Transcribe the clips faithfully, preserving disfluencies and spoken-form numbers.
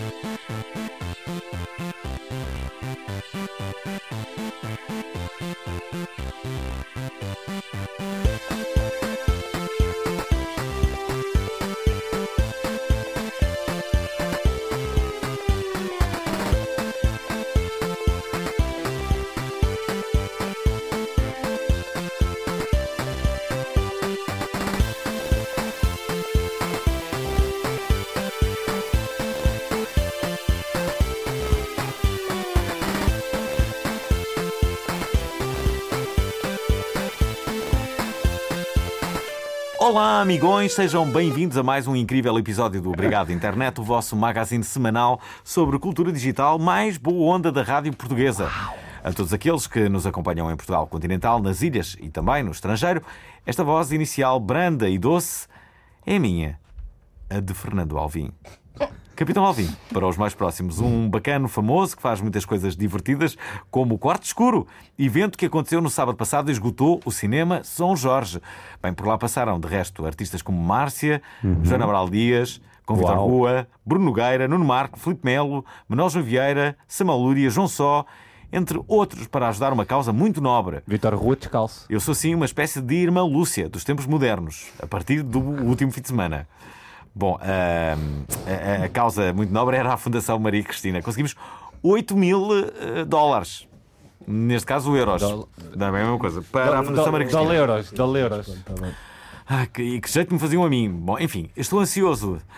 Olá, amigões, sejam bem-vindos a mais um incrível episódio do Obrigado Internet, o vosso magazine semanal sobre cultura digital mais boa onda da rádio portuguesa. A todos aqueles que nos acompanham em Portugal continental, nas ilhas e também no estrangeiro, esta voz inicial branda e doce é a minha, a de Fernando Alvim. Capitão Alvim, para os mais próximos, um bacano famoso que faz muitas coisas divertidas, como o Quarto Escuro, evento que aconteceu no sábado passado e esgotou o cinema São Jorge. Bem, por lá passaram, de resto, artistas como Márcia, uhum. Joana Amaral Dias, com Vitor Rua, Bruno Nogueira, Nuno Marco, Filipe Melo, Manuel João Vieira, Samuel Lúria, João Só, entre outros, para ajudar uma causa muito nobre. Vitor Rua descalço. Eu sou, sim, uma espécie de irmã Lúcia dos tempos modernos, a partir do último fim de semana. Bom, a, a, a causa muito nobre era a Fundação Maria Cristina. Conseguimos oito mil uh, dólares. Neste caso, euros. Dol... Não é a mesma coisa. Para do, a Fundação do, Maria Cristina. Dólar euros. Dólar euros. Ah, que, que jeito me faziam a mim. Bom, enfim, estou ansioso uh,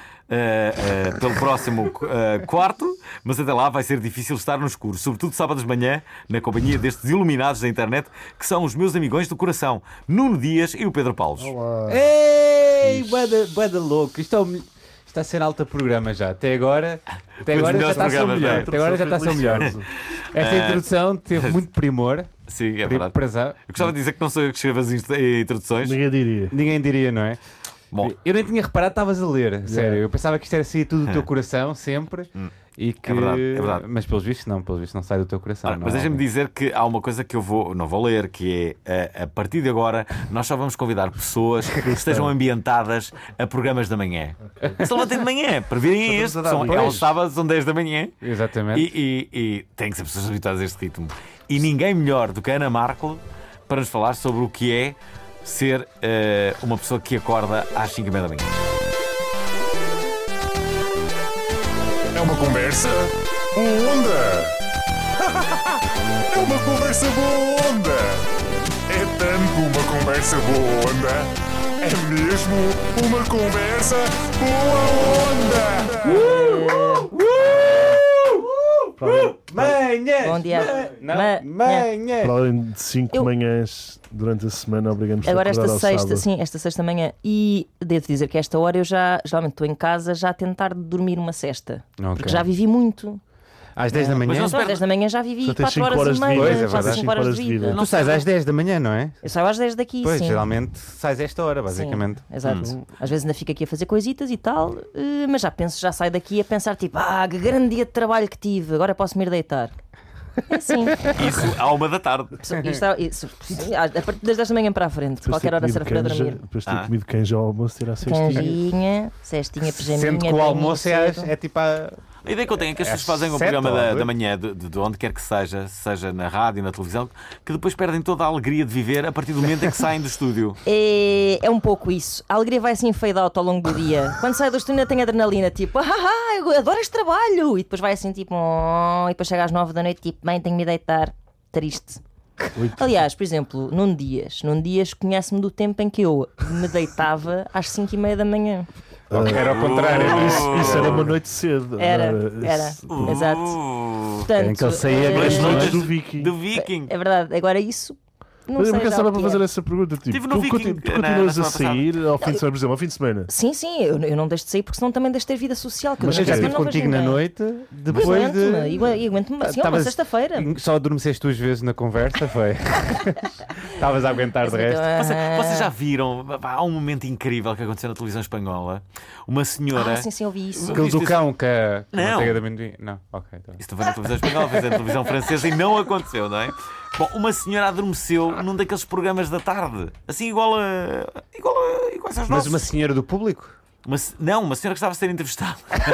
uh, pelo próximo uh, quarto, mas até lá vai ser difícil estar no escuro. Sobretudo sábado de manhã, na companhia destes iluminados da internet, que são os meus amigões do coração, Nuno Dias e o Pedro Paulos. Olá. Ei, bué da louco. Isto é o... Está a ser alta programa já. Até agora, até agora já está a ser o melhor. Até agora já está a ser o melhor. Esta introdução teve muito primor. Sim, é verdade. Prezar. Eu gostava de dizer que não sou eu que escrevo as introduções. Ninguém diria. Ninguém diria, não é? Bom. Eu nem tinha reparado que estavas a ler. Sério, eu pensava que isto era sair tudo do teu coração, sempre. Hum. E que... É verdade, é verdade. Mas pelos vistos não, pelos vistos não sai do teu coração. Ora, mas deixa-me dizer que há uma coisa que eu vou, não vou ler, que é, a, a partir de agora, nós só vamos convidar pessoas que estejam ambientadas a programas da manhã. Okay. Se levantem de manhã, para virem este, são, é um sábado, são dez da manhã. Exatamente. E, e, e tem que ser pessoas habituadas a este ritmo. E ninguém melhor do que a Ana Marco para nos falar sobre o que é ser uh, uma pessoa que acorda às cinco e meia da manhã. É uma conversa boa onda. É uma conversa boa onda. É tanto uma conversa boa onda. É mesmo uma conversa boa onda. Uh, uh, uh, uh. Manhãs! Bom dia. Ma- Manhãs! Para além de cinco eu... manhãs durante a semana, obrigamos-te a Agora acordar esta ao sexta, sábado. sim, esta sexta manhã. E devo dizer que a esta hora eu já, geralmente estou em casa já a tentar dormir uma cesta. Okay. Porque já vivi muito. Às dez da manhã? Mas não Às perde... dez da manhã já vivi Já tens quatro horas, horas e de meia. vida. Faço Pois, é cinco horas de vida. Tu sais às dez da manhã, não é? Eu saio às dez daqui, Pois, sim. geralmente sais a esta hora, basicamente. Sim, exato. Hum. Às vezes ainda fico aqui a fazer coisitas e tal, mas já penso, já saio daqui a pensar tipo, ah, que grande dia de trabalho que tive, agora posso-me ir deitar. É assim. Isso à uma da tarde. Isto, isso, a partir das dez da manhã para a frente, depois qualquer hora será para dormir. Depois ter ah. comido canja ao almoço, tirar a cestinha. Canjinha, cestinha, pijaminha. Sendo que o almoço é, é tipo a... A ideia que eu tenho é que as pessoas fazem um programa da, da manhã, de, de onde quer que seja, seja na rádio, na televisão, que depois perdem toda a alegria de viver a partir do momento em que saem do estúdio. É, é um pouco isso. A alegria vai assim fade out ao longo do dia. Quando sai do estúdio ainda tem adrenalina, tipo, ah, ah, eu adoro este trabalho. E depois vai assim, tipo, oh, e depois chega às nove da noite, tipo, bem, tenho que me deitar. Triste. Aliás, por exemplo, Nuno Dias. Nuno Dias conhece-me do tempo em que eu me deitava às cinco e meia da manhã. Uh, era ao contrário. Isso, isso era uma noite cedo. Era, era, Uh, exato. Portanto, que ele saía uh, as noites do Viking. Do Viking. É verdade, agora isso. Não Mas eu sei me já cansava o para que fazer é. essa pergunta. Tipo, Tive no tu, Viking, tu na- continuas na a semana sair ao fim de semana, por exemplo, ao fim de semana. Sim, sim, eu, eu não deixo de sair porque senão também deixo de ter vida social. Que Mas eu eu já não estive vejo contigo na ninguém. noite, E depois de... aguento-me, e aguento-me assim, uma Estavas- sexta-feira. Só adormeceste duas vezes na conversa, foi? Estavas a aguentar de resto. Vocês, vocês já viram? Há um momento incrível que aconteceu na televisão espanhola. Uma senhora. Ah, sim, sim, ouvi isso. Aquele do Viste cão que a que a Não. manteiga de amendoim. Não, ok. Tá bem. Isso não foi na televisão espanhola, foi na televisão francesa e não aconteceu, não é? Bom, uma senhora adormeceu num daqueles programas da tarde. Assim, igual a. igual a. igual aos Mas nossos. uma senhora do público? Uma, não, uma senhora que estava a ser entrevistada.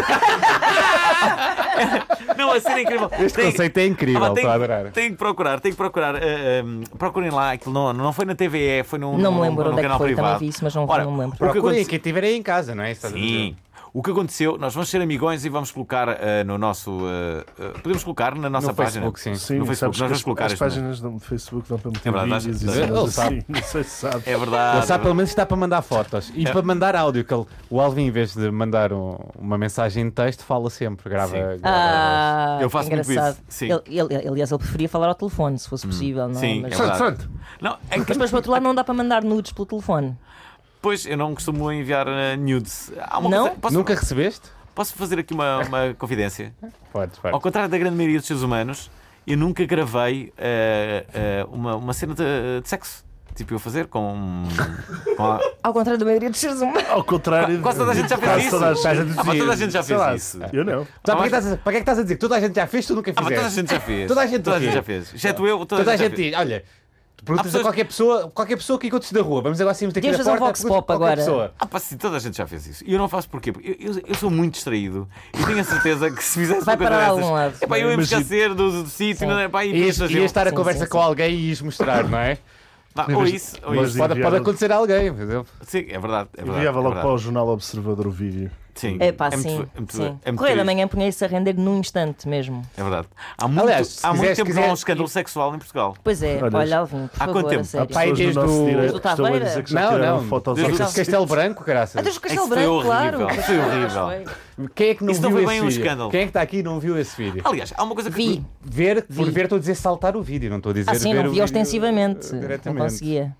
Não, a ser incrível. Este tem, conceito é incrível, ah, tem, estou a adorar. Tem que procurar, tem que procurar. Uh, uh, procurem lá, aquilo não, não foi na T V E, foi num, não num, me lembro num onde é canal que foi, privado. também vi isso, mas não, Ora, não me lembro. Procurem quem tiver aí em casa, não é? Estás a dizer? Sim. O que aconteceu, nós vamos ser amigões e vamos colocar uh, no nosso. Uh, uh, podemos colocar na nossa No página. Facebook, sim. Sim, No Facebook, sabes nós que vamos as, colocar as isto no- páginas do Facebook dão para meter É verdade, vídeos e nós- cenas ele assim. sabe. Não sei se sabes. É verdade. Ele sabe pelo menos está para mandar fotos. E É. para mandar áudio, que ele- o Alvin, em vez de mandar um- uma mensagem em texto, fala sempre, grava. Sim. grava Ah, Eu faço que muito engraçado. isso, sim. Ele, ele- aliás, ele preferia falar ao telefone, se fosse possível, não é? Sim, Mas, é Santo, verdade. santo. Não, é mas que depois, por outro lado, não dá para mandar nudes pelo telefone. depois eu não costumo enviar uh, nudes. Há uma Não? coisa- posso, Nunca recebeste? posso fazer aqui uma, uma confidência? Podes, Ao podes. contrário da grande maioria dos seres humanos, eu nunca gravei uh, uh, uma, uma cena de, de sexo. Tipo, eu fazer com. com a... Ao contrário da maioria dos seres humanos. Ao contrário. Quase toda a gente já fez quase isso. toda a gente- Estás a Ah, mas dizer. toda a gente já sei lá, fez isso. Eu não. Sabe para, que estás a, para que é que estás a dizer? Que toda a gente já fez, tu nunca Ah, mas fizeste. toda a gente já fez. Toda a gente toda a gente fez. já fez. Exceto eu, toda, Toda a já gente fez. diz, olha, tu perguntas pessoas- a qualquer pessoa, qualquer pessoa que encontres da rua, vamos agora sim daqui Deves da fazer um porta. vox perguntas pop a qualquer agora. pessoa. Ah, pá, sim, toda a gente já fez isso. E eu não faço porquê? Porque eu, eu, eu sou muito distraído e tenho a certeza que se fizesse Vai uma coisa parar a dessas. algum lado. É pá, eu ia me Imagina- esquecer do, do sítio, não é? Pá, e Ias, pensas, ias eu- estar a Sim, conversa sim, com sim. alguém e ias mostrar, não é? Pá, ou isso, ou Mas isso. Pode, enviava- pode acontecer a alguém, por exemplo. Sim, é verdade. É verdade, Enviava é logo verdade. para o Jornal Observador o vídeo. Sim, É pá, muito- sim. é muito- sim. é muito Correio da triste. Manhã punha isso a render num instante mesmo. É verdade. Há muito, Aliás, se há muito quiseres- tempo que quiser- não há um escândalo sexual em Portugal. Pois é, Olha, olha, Alvin, por há quanto favor, tempo? a sério. Pai, Pessoas desde do nosso o- direito do que estão a Taveira? dizer que já Não, tiraram não. fotos Desde aos o- Castelo, Castelo Branco, Ah, graças. tens o Castelo Isso foi Branco, horrível, claro. foi horrível. Foi. Quem é que não Isso não viu foi esse bem um vídeo? escândalo. Quem é que está aqui e não viu esse vídeo? Aliás, há uma coisa que. Vi. Ver, por Vi. ver, estou a dizer saltar o vídeo, não estou a dizer Ah, sim, ver não o vi vídeo, ostensivamente. uh, Não diretamente. conseguia.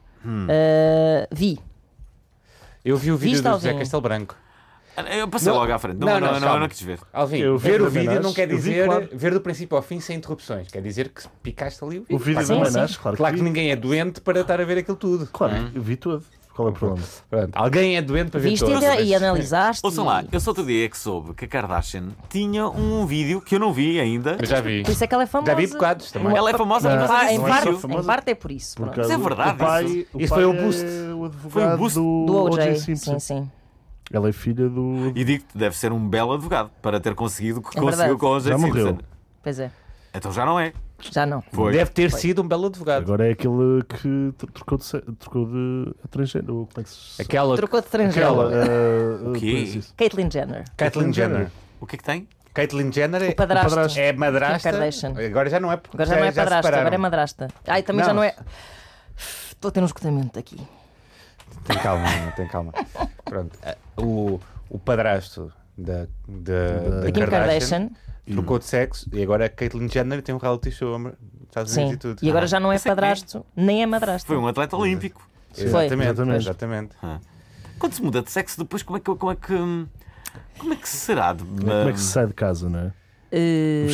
Ah, vi. Eu vi o vídeo Viste, do José Alvin? Castelo Branco. Eu passei Não, logo à frente. Não, não, não, não, não, calma. não quis ver. Alvin, Eu vi ver da o vídeo Manás, não quer eu vi, dizer claro. ver do princípio ao fim sem interrupções. Quer dizer que picaste ali o vídeo. O vídeo Claro, da sim, Manás, sim. claro, claro que que vi. ninguém é doente para estar a ver aquilo tudo. Claro, eu vi tudo. Qual é o problema? Pronto, alguém é doente para ver Viste tudo. e, e analisaste. Ouçam lá, eu só outro dia é que soube que a Kardashian tinha um vídeo que eu não vi ainda. Eu já vi. Por isso é que ela é famosa. Já vi bocados também. Ela é famosa Não, por causa Ah, desse em, não é parte, só vídeo. famosa. em parte é por isso. Por pronto. causa- Isso é verdade, O pai, isso. o Isso pai foi o é boost. o Foi o advogado boost do, Do O J. Simpson. Sim, sim. Ela é filha do. E digo-te, deve ser um belo advogado para ter conseguido o que É conseguiu verdade. com o J. Já morreu. Simpson. Pois é. Então já não é. Já não. Foi. Deve ter sido um belo advogado. Agora é aquele que tr- trocou de, se- trocou de transgênero. Como é que se Aquela Trocou de Aquela. estrangeiro. eh, O quê? pois isso. Caitlyn Jenner. Caitlyn Jenner. O que é que tem? Caitlyn Jenner é, O padrasto. padrasto. é Kim madrasta. Kardashian. Agora já não é porque Agora já não é se padrasta, separaram. agora é madrasta. Ai, também Não. já não é. Estou a ter um esgotamento aqui. Tem calma, Ana, tem calma. Pronto. O, o padrasto da, da, da Da Kim Kardashian Kardashian. trocou de sexo e agora a Caitlyn Jenner tem um reality show nos Estados Unidos Sim. e tudo. E agora já não é Esse é que padrasto, nem é madrasta. Foi um atleta olímpico. Foi. Exatamente, Exatamente. exatamente. Quando se muda de sexo, depois como é que. Como é que, como é que será? De, Como é que se sai de casa, não é? Eh,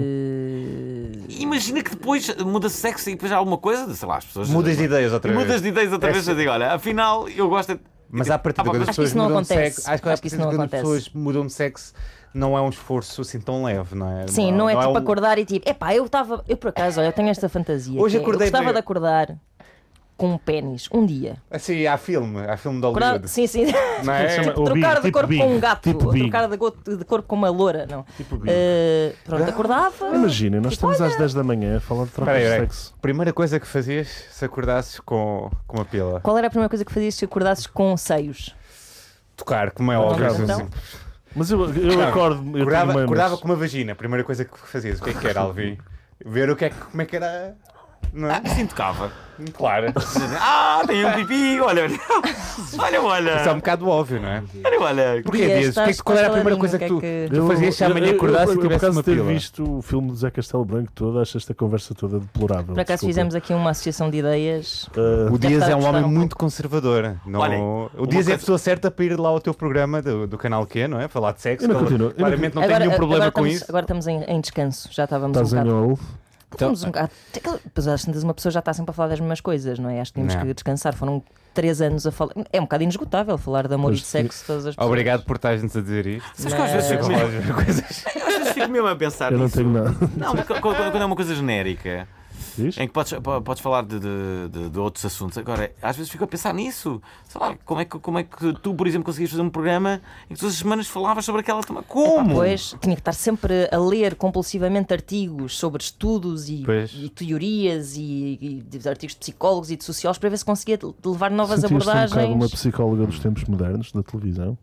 Imagina que depois muda de sexo e depois há alguma coisa, sei lá, as pessoas. Mudas de ideias outra E vez. mudas de ideias outra É vez. sim. Eu digo, olha, afinal eu gosto. de- Mas à partida, Ah, pá, quando as acho que pessoas isso não mudam de acontece. sexo, acho que, à Acho que isso partida, não quando as acontece. pessoas mudam de sexo, não é um esforço assim tão leve, não é? Sim, não é tipo um- acordar e tipo, epá, eu estava, eu por acaso, olha, eu tenho esta fantasia. Hoje que é, acordei eu gostava bem. de acordar com um pénis, um dia. Assim, há filme, há filme de Acordar, Hollywood. sim, sim. Não é? Chama- O trocar Big, de tipo corpo Big, com um gato, tipo Big. trocar de, go- de corpo com uma loura, não. Tipo Big. Eh, pronto, acordava. Imagina, nós estamos às dez da manhã a falar de troca Espera aí, de espera aí. sexo. Primeira coisa que fazias se acordasses com, com uma pila? Qual era a primeira coisa que fazias se acordasses com seios? Tocar, como é óbvio. Tocar, então? assim. Mas eu, eu Não, acordo. Eu tenho Acordava, mamas. acordava com uma vagina, a primeira coisa que fazias, o que é que era, Alvin? Ver o que é que, como é que era. Não é? Ah, sim, tocava. Claro. Ah, tem um pipi, olha, olha. Olha, olha. Isso é um bocado óbvio, não é? Olha, olha. Porquê, Dias, Dias? O que é que- estás- Qual era a estás primeira caladinho, coisa o que que tu, é tu fazias se amanhã acordasse e eu, por tivesse acaso uma de ter pila? visto o filme do Zé Castelo Branco todo, acho esta conversa toda deplorável. Por acaso desculpa. fizemos aqui uma associação de ideias. Uh, O Dias estar é a um gostar homem um muito conservador. Não... Olhem, o uma Dias é a coisa- pessoa certa para ir lá ao teu programa do, do canal Q, não é? Falar de sexo. Eu não que ele continuo, eu não claramente não tem agora, nenhum problema agora com estamos, isso. Agora estamos em, em descanso, já estávamos Estás um em bocado. off? Estamos um bocado. Pois às tantas uma pessoa já está sempre a falar das mesmas coisas, não é? Acho que temos Não. que descansar. Foram três anos a falar. É um bocado inesgotável falar de amor Pois e de sexo todas as pessoas. Obrigado por estares-nos a dizer isto. Sabes que às vezes Mas- fico Vamos mesmo, lá ver coisas. às vezes fico mesmo a pensar Eu não nisso. tenho nada. Não, porque quando, quando é uma coisa genérica, Diz? em que podes, po- podes falar de, de- de- de outros assuntos. Agora, às vezes fico a pensar nisso. Sei lá, como é que, como é que tu, por exemplo, conseguias fazer um programa em que todas as semanas falavas sobre aquela tema? Como? Pois, tinha que estar sempre a ler compulsivamente artigos sobre estudos e, Pois. e teorias e, e de artigos de psicólogos e de sociólogos para ver se conseguia levar novas Sentias-te um bocado abordagens. uma psicóloga dos tempos modernos da televisão?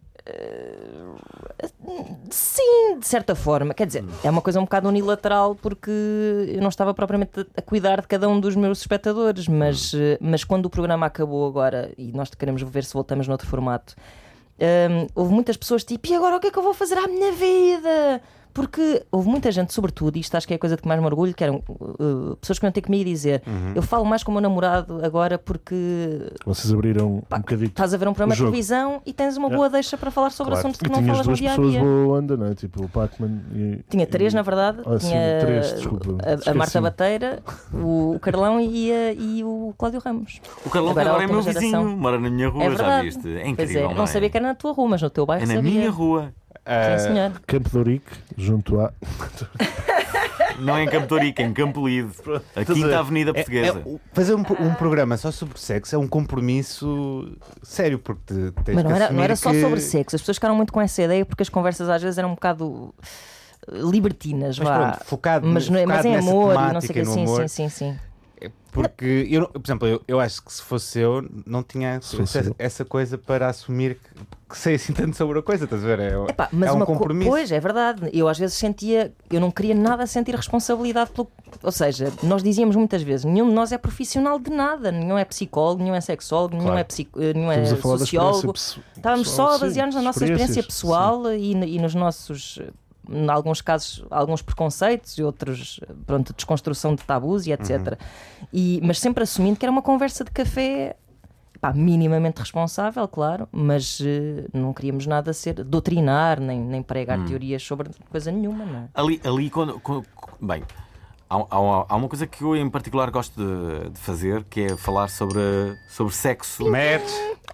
Sim, de certa forma. Quer dizer, é uma coisa um bocado unilateral porque eu não estava propriamente a- a cuidar de cada um dos meus espectadores, mas, eh, mas quando o programa acabou agora e nós queremos ver se voltamos noutro formato, hum, houve muitas pessoas tipo, e agora o que é que eu vou fazer à minha vida? Porque houve muita gente, sobretudo, e isto acho que é a coisa de que mais me orgulho, que eram uh, pessoas que iam ter comigo e dizer eu falo mais com o meu namorado agora porque Vocês abriram pá, um bocadinho. estás a ver um programa o de jogo. televisão e tens uma Yeah. boa deixa para falar sobre Claro. assuntos E que não tinhas falas no duas dia a pessoas dia. boa onda, não é? Tipo o Pacman e. Tinha três, e- na verdade. Ah, sim, Tinha três, desculpa. a, a Esqueci-me. Marta Bateira, o, o Carlão e, a- e o Cláudio Ramos. O Carlão Agora agora, a é meu última vizinho, geração. mora na minha rua, É já verdade. viste? É Pois incrível. é, não é? sabia que era na tua rua, mas no teu bairro É na sabia. minha rua. Ah, Sim, senhor. Campo de Ourique, junto a. Não é em Campo Torico, é em Campo Lido. A a ver? Quinta Avenida é- Portuguesa. é- fazer um, um programa só sobre sexo é um compromisso sério, porque te- tens Mas não que era, não era só assumir que- sobre sexo. As pessoas ficaram muito com essa ideia porque as conversas às vezes eram um bocado eh, libertinas, Mas vá. pronto, focado, mas, não é- mas focado em nessa amor e não temática sei o que. e no Sim, humor. sim, sim, sim. Porque, eu, não- por exemplo, eu, eu acho que se fosse eu, não tinha Se fosse essa, eu. essa coisa para assumir que, que sei assim tanto sobre a coisa, estás a ver? É, Epá, mas é um uma co- compromisso. Pois, é verdade. Eu às vezes sentia, eu não queria nada sentir responsabilidade pelo. Ou seja, nós dizíamos muitas vezes, nenhum de nós é profissional de nada, nenhum é psicólogo, nenhum é sexólogo, nenhum Claro. é, psico, nenhum é Estamos a falar da sociólogo. experiência pesso- Estávamos pessoal, só a sim, basear-nos na nossa experiência experiências, pessoal e, e nos nossos, em alguns casos, alguns preconceitos e outros, pronto, desconstrução de tabus e etcétera. E, mas sempre assumindo que era uma conversa de café, pá, minimamente responsável, claro, mas eh, não queríamos nada ser doutrinar, nem, nem pregar teorias sobre coisa nenhuma, não é? Ali, ali quando, quando- bem, há, há- há uma coisa que eu em particular gosto de, de fazer, que é falar sobre, sobre sexo. Match.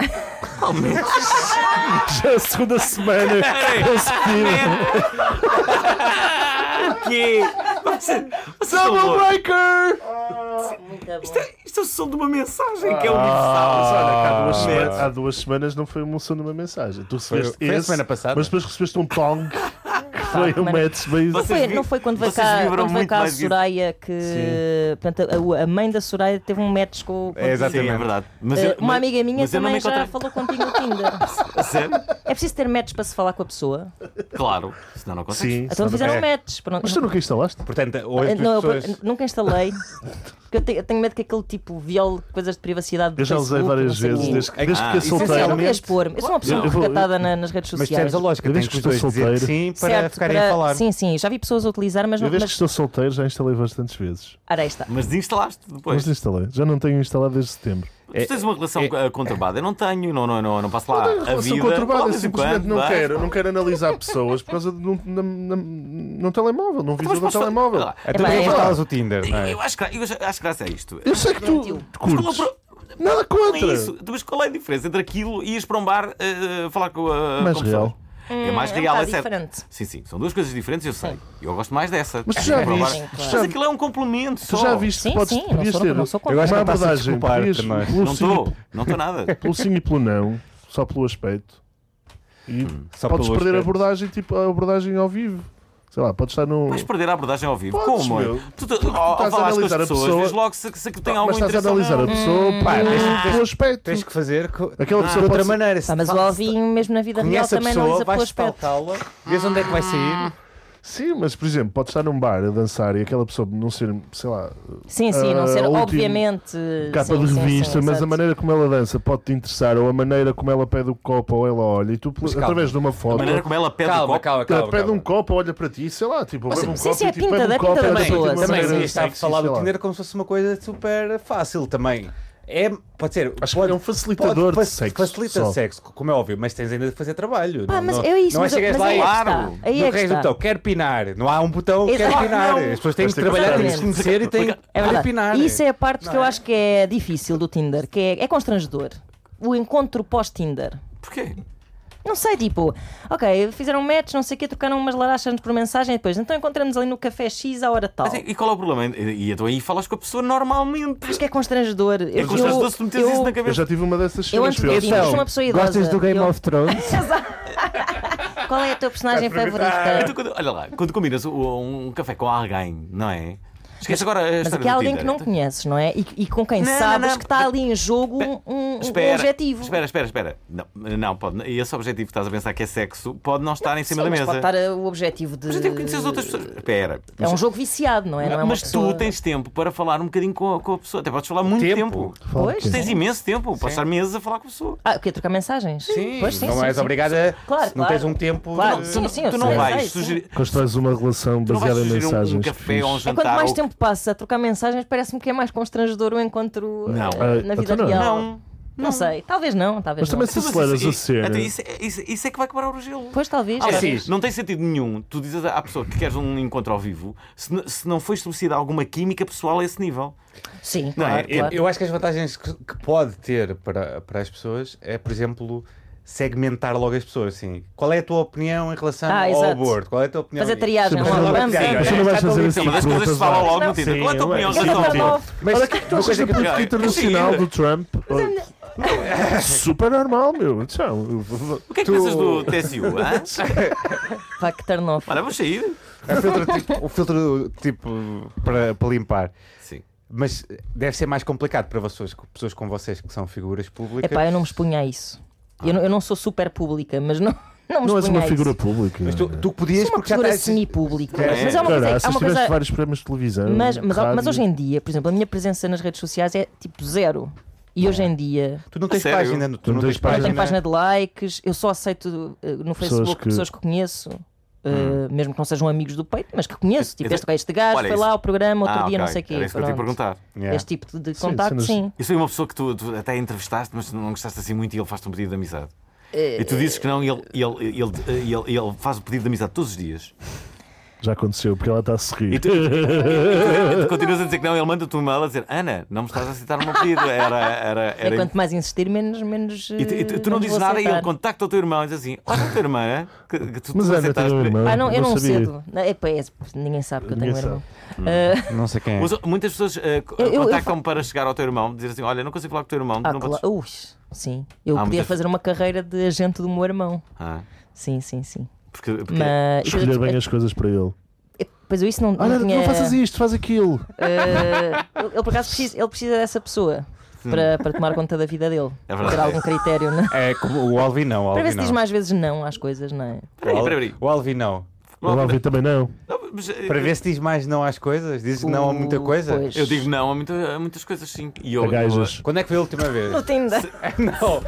Já é a segunda semana consecutiva. O quê? Você, você Double falou- Breaker! Muito bom. Isto é o som de uma mensagem que é Ah, universal. mas olha, que há duas, Ah. semanas, há duas semanas não foi uma de uma mensagem. Tu Foi, recebeste foi a esse, semana passada. mas depois recebeste um tong que foi um mas- match bem. Não Vocês foi, vi- não foi quando veio vocês cá, vibram quando veio muito cá a mais vezes. Soraya que portanto, a, a mãe da Soraya teve um match com, com É, exatamente. Sim, é verdade. Mas Eh, eu- uma mas- amiga minha mas eu não também me já encontrei- falou contigo no Tinder. A sério? É preciso ter match para se falar com a pessoa. Claro, senão não consegues. Sim, Então senão- fizeram é. match. Pronto. Mas tu nunca instalaste? Portanto, Ah, oito não, eu pessoas. nunca instalei. Porque eu tenho, eu tenho medo que aquele tipo viole coisas de privacidade do Eu já usei Facebook, várias não sei o vezes, quê. desde, Ah, desde que fiquei isso é Eu não solteiro. queria expor-me. Eu sou uma pessoa Eu vou- recatada na- nas redes Mas sociais. tens a lógica, Eu tens desde que que os estou dois dizer que solteiro. sim para Certo, ficarem para- a falar. Sim, sim, já vi pessoas a utilizar, mas Eu não. desde que Mas... estou solteiro já instalei bastantes vezes. Ora, aí está. Mas desinstalaste depois. Mas instalei. Já não tenho instalado desde setembro. Tu tens uma relação é- eh, conturbada. Eu não tenho, não, não, não, não passo lá a Relação vida. conturbada, Lá de eu vez em simplesmente quando, não vai. quero, não quero analisar pessoas por causa de num, num, num, num telemóvel, num visor Mas do posso- telemóvel. Ah, Então É, não é, instalas o Tinder, não é? Eu acho, que, eu acho acho graça a isto. Eu sei que tu Mentiu. tu Mas qual é o curtes. pro- Nada Não é contra. isso. Mas qual é a diferença entre aquilo e ires para um bar eh, falar com a. Mais com real. pessoas? É mais Hum, é um real, é bocado certo. diferente. Sim, sim. São duas coisas diferentes, eu sei. Eu gosto mais dessa. Mas tu já É para um bar. viste- Sim, Mas claro. aquilo é um complemento. Tu só. já viste Sim, que podes, sim, não podias sou- ter não sou contra. Eu acho que uma ele está-se a abordagem, desculpar podias também. pelo Não sim, estou, não estou nada. pelo sim e pelo não, só pelo aspecto. E Só podes pelo perder a aspecto. abordagem, tipo a abordagem ao vivo. Sei lá, podes estar no. Vais perder a abordagem ao vivo. Podes, Como? meu. Tu, tu, Porque tu ao, ao estás a falares com as analisar a pessoas, pessoa- vês logo se, se aquilo tem Pá, algum mas estás a interesse ou analisar a não. pessoa Pá, pelo, tens- pelo aspecto. Tens que fazer co- Aquela de pessoa outra pode ser- maneira. Pá, mas o Alvin, mesmo na vida real, Conhece a também pessoa, analisa pelo vais aspecto. stalká-la, vês onde é que vai sair. Sim, mas por exemplo, pode estar num bar a dançar e aquela pessoa não ser, sei lá, Sim, sim, não Ah, ser, a última obviamente. capa sim, de sim, revista, sim, mas a exato. maneira como ela dança pode te interessar, ou a maneira como ela pede o copo ou ela olha, e tu, Mas calma. através de uma A foto, maneira como ela pede o Calma, copo. calma, ela calma. pede calma. um copo, olha para ti, sei lá, tipo, bebe um sim, copo sim, é e tipo, pinta bebe da- um copo pinta da olha para ti de pessoa, uma também, Também maneira se está a sexy, falar sei do lá. Tinder como se fosse uma coisa super fácil também. É, pode ser. Acho que pode, é um facilitador pode, de sexo. Facilita só. sexo, como é óbvio, mas tens ainda de fazer trabalho. Pá, não, mas não, é isso, não é mas, eu- chegares mas lá aí e é que claro. está. Aí é no que resto do está. botão, quero pinar. Não há um botão que quer Exato. pinar. Não. As pessoas têm Mas que tem que trabalhar, têm fazer que se conhecer e têm É que verdade. pinar. E isso é a parte Não que eu é? acho que é difícil do Tinder, que é, é constrangedor. O encontro pós-Tinder. Porquê? Não sei, tipo, ok, fizeram um match, não sei o quê, trocaram umas larachas por mensagem e depois, então encontramos ali no café X à hora tal. Mas, e qual é o problema? E então aí falas com a pessoa normalmente. Acho que é constrangedor. É constrangedor se tu meteres isso na Eu cabeça. já tive uma dessas Eu cenas. antes fui ao eu digo, cinema. sou uma pessoa idosa. Gostas do Game eu... of Thrones? Qual é a tua personagem favorita? Então, quando- olha lá, quando combinas um, um café com alguém, não é? Esquece agora a Mas história aqui há do alguém Tinder. que não conheces, não é? E, e com quem Não, sabes não, não. que está ali em jogo um, um, um Espera, objetivo. Espera, espera, espera. Não, não pode. E esse objetivo que estás a pensar que é sexo pode não estar em cima Sim, da mas mesa. pode estar uh, o objetivo de. Mas eu tenho que conhecer as outras pessoas. Espera. É um jogo viciado, não é? Não é uma mas pessoa... tu tens tempo para falar um bocadinho com a, com a pessoa. Até podes falar muito tempo. Tempo. Pois, Tens sim. imenso tempo. Podes estar meses a falar com a pessoa. Ah, o quê? Trocar mensagens? Sim, Pois, sim, não sim, és sim. obrigada. Claro, Não claro. tens um tempo. Claro, de- sim, sim, eu Tu não sei, vais sei, sim. sugerir. Constróis uma relação Tu não vais baseada em sugerir um- mensagens. um que café ou um fixe. É quanto jantar. mais ou- tempo passa a trocar mensagens, parece-me que é mais constrangedor o encontro uh, Não. na Ah, vida então não. real. Não. Não sei, talvez não, talvez Mas não. também se Mas aceleras isso- a cena. então isso, é- isso- isso é que vai quebrar o gelo. Pois talvez. Ah, mas sim. não tem sentido nenhum tu dizes à pessoa que queres um encontro ao vivo se, n- se não foi estabelecida alguma química pessoal a esse nível. Sim, Não é? claro, Eu, claro. eu acho que as vantagens que, que pode ter para, para as pessoas é, por exemplo, segmentar logo as pessoas. Assim, qual é a tua opinião em relação Ah, ao exato. aborto? Qual é a tua opinião? Fazer triagem, Sim, um mas não- bam, Sim, bam, olha, Mas tu não vais está fazer tudo assim. Não, mas as perguntas coisas se falam lá. logo no Tinder. Sim, Qual é a tua eu- opinião em sim, relação ao sim. aborto? Mas Olha, o que é que tu uma achas coisa da que- política internacional Sim. do Trump? Super normal, meu. Então, O que é que pensas do T S U? hã? Pá, que turn off. Olha, vamos sair. É o filtro, tipo, o filtro tipo para, para limpar. Sim. Mas deve ser mais complicado para vocês, pessoas como vocês que são figuras públicas. Epá, eu não me expunha a isso. Eu não, eu não sou super pública, mas não, não me não és expunha uma a figura isso. pública. Mas tu, tu podias Sou uma porque já figura estás. semi-pública. É. Mas é uma coisa, Caraças, há uma tiveste coisa vários programas de televisão. mas, mas, rádio. mas hoje em dia, por exemplo, a minha presença nas redes sociais é tipo zero. E hoje em dia Tu não tens sério? página. Tu Tu não não tens tens eu não página. tenho página de likes, eu só aceito uh, no Facebook que- pessoas que conheço. Uh, mesmo que não sejam amigos do peito, mas que conheço, tipo, Esse- este, este gajo Olha, foi isso- lá ao programa outro Ah, dia, ok. não sei o quê. Era isso que eu te ia Pronto. perguntar. Yeah. Este tipo de Sim, contacto, cenas- sim. Eu sou uma pessoa que tu, tu até entrevistaste, mas não gostaste assim muito e ele faz-te um pedido de amizade. Eh, E tu dizes que não e ele, e ele, e ele, e ele, e ele faz o pedido de amizade todos os dias. Já aconteceu, porque ela está a sorrir. E tu, e tu- e tu- tu continuas a dizer que não e ele manda-te um e-mail a dizer Ana, não me estás a aceitar o meu pedido. Era, era, É era... quanto mais insistir, menos. menos E tu, e tu- tu uh, não menos dizes vou nada e ele aceitar. contacta o teu irmão e diz assim: olha a tua irmã, que, que tu, Mas tu Ana aceitaste. tem um irmão. Ah, não, eu não sabia. cedo. Não, é, pá, é, ninguém sabe que eu tenho um Ninguém irmão. Hum. Uh, Não sei quem é. Mas muitas pessoas uh, eu- eu contactam-me para chegar ao teu irmão, dizer assim: olha, não consigo falar com o teu irmão. ah, não claro. podes... Ui, sim. Eu Há podia muitas- fazer uma carreira de agente do meu irmão. Ah, Sim, sim, sim. porque, porque... Mas. Escolher bem as coisas para ele. Pois eu isso não, Olha, não tinha. não faças isto, faz aquilo. Uh, ele, ele por acaso precisa, ele precisa dessa pessoa para, para tomar conta da vida dele. É para ter verdade. algum critério, não é? É como o Alvin não. O Para ver Alvin se diz não. mais vezes não às coisas, não é? Peraí, peraí. O Alvin não. O Alvin também não. Não, mas, eh, Para ver se diz mais não às coisas. Dizes não a muita Uh, coisa. pois. eu digo não a, muita, a muitas coisas, sim. E eu, A gajas. Quando é que foi a última vez? No Tinder. Não.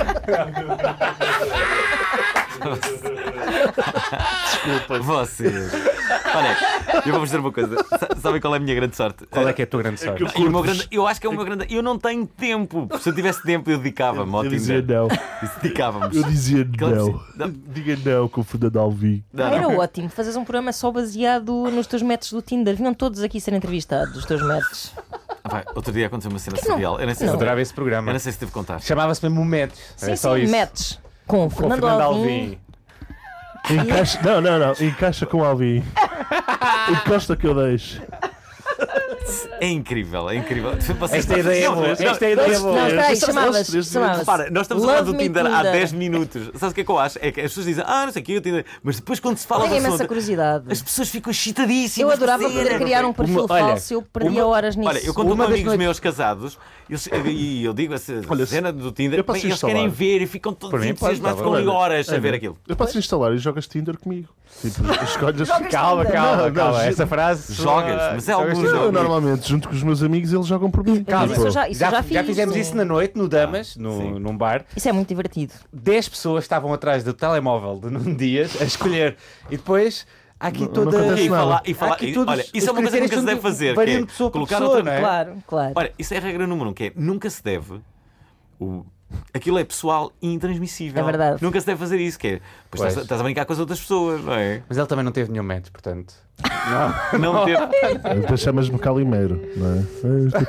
Vocês. Olha, eu vou-vos dizer uma coisa. Sa- Sabem qual é a minha grande sorte? Qual é que é a tua grande sorte? E o meu grande- eu acho que é o meu grande. Eu não tenho tempo. Se eu tivesse tempo, eu dedicava-me ao Eu dizia Tinder. não. Isso, Dedicávamos. Eu dizia Aquela não. pessoa- não. Diga não com o Fernando Alvim. Não, Ah, era não. ótimo. Fazes um programa só baseado nos teus métodos do Tinder. Vinham todos aqui ser entrevistados, os teus métodos. Ah, vai, outro dia aconteceu uma cena que não? surreal. Eu nem sei Não. se Adorava esse eu programa. não sei se devo contar. Chamava-se mesmo Metes. Sim, É só sim, isso. métodos. Com, Com Fernando, Fernando Alvim. Alvim. Encaixa... Não, não, não. Encaixa com o Alvin. Encosta que eu deixo. É incrível, é incrível. Vocês Esta ideia é Não, boa. não, Esta ideia é Não, boa. espera aí, Nós- nós chamava-se. três chamava-se Repara, nós estamos a falar Love do Me Tinder há Tinder. dez minutos. Sabes o que é que eu acho? É que as pessoas dizem, ah, não sei o que, o Tinder. Mas depois quando se fala Tenho do imensa assunto, curiosidade. as pessoas ficam excitadíssimas. Eu adorava com a poder cena. criar um perfil Uma- olha, falso. Eu perdia Uma- horas nisso. Olha, eu quando Uma com das amigos noites- meus casados, eles- e eu digo essa Olha, cena do Tinder, eu posso bem, eles instalar. querem ver e ficam todos Por mim, entusiasmados, pode, ficam ali olha, horas a olha, ver aquilo. Eu posso instalar e jogas Tinder comigo. Tipo, escolhes. Calma, calma, Não, calma. não, Essa frase. Jogas, soa- mas é jogas alguns tu. Eu, normalmente, junto com os meus amigos, eles jogam por mim. Calma. Isso eu já- isso eu já fiz. fizemos isso na noite, no Damas, no, Sim. num bar. Isso é muito divertido. dez pessoas estavam atrás do telemóvel de Nuno Dias a escolher. E depois há aqui Não- toda. não acontece E nada. falar, e Há falar aqui e, todos olha, isso os é uma coisa que nunca se critérios deve fazer. variam Que é de pessoa para colocar pessoa, outra. não é? Claro, claro. Olha, isso é a regra número um, que é nunca se deve. O... Aquilo é pessoal e intransmissível. É verdade. Nunca se deve fazer isso, que é. Pois Pois. estás, estás a brincar com as outras pessoas, não é? Mas ele também não teve nenhum método, portanto. Não teve. Depois chamas-me Calimeiro, não é? Ah, este é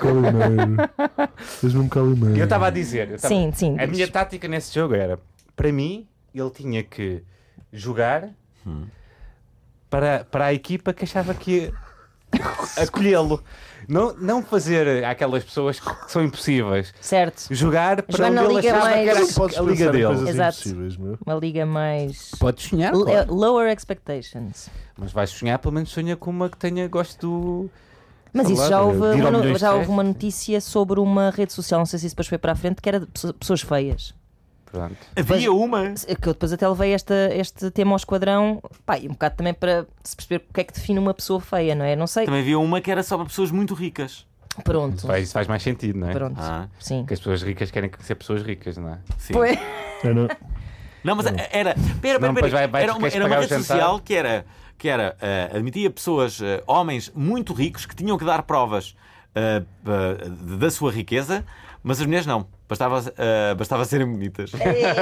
Calimeiro. Fez-me um Calimeiro. E eu estava a dizer. eu estava- Sim, sim. A minha tática nesse jogo era: para mim, ele tinha que jogar hum. para, para a equipa que achava que ia acolhê-lo. Não, não fazer aquelas pessoas que são impossíveis. Certo. Jogar para Jogar onde na ele liga achava mais- que era Não podes a liga pensar em dele. coisas Exato. impossíveis, meu. Uma liga mais. Podes sonhar, L- claro. Lower expectations. Mas vais sonhar, pelo menos sonha com uma que tenha gosto do... Mas Sei isso lá, já de- houve, de ir uma, ao no- milhões de já houve testes. uma notícia sobre uma rede social, não sei se isso depois foi para a frente, que era de pesso- pessoas feias. Pronto. Havia uma. Que eu depois até levei esta, este tema ao esquadrão, pá, e um bocado também para se perceber o que é que define uma pessoa feia, não é? Não sei. Também havia uma que era só para pessoas muito ricas. Pronto. Isso faz, isso faz mais sentido, não é? Pronto. Ah, Sim. Porque as pessoas ricas querem ser pessoas ricas, não é? sim. Foi. Eu não- Não, mas era. Pera, pera, Não, depois pera, vai- vai- era uma, queres era uma pagar o rede jantar? social que era. Que era eh, admitia pessoas, eh, homens muito ricos, que tinham que dar provas eh, eh, da sua riqueza, mas as mulheres não. Bastava, eh, bastava serem bonitas.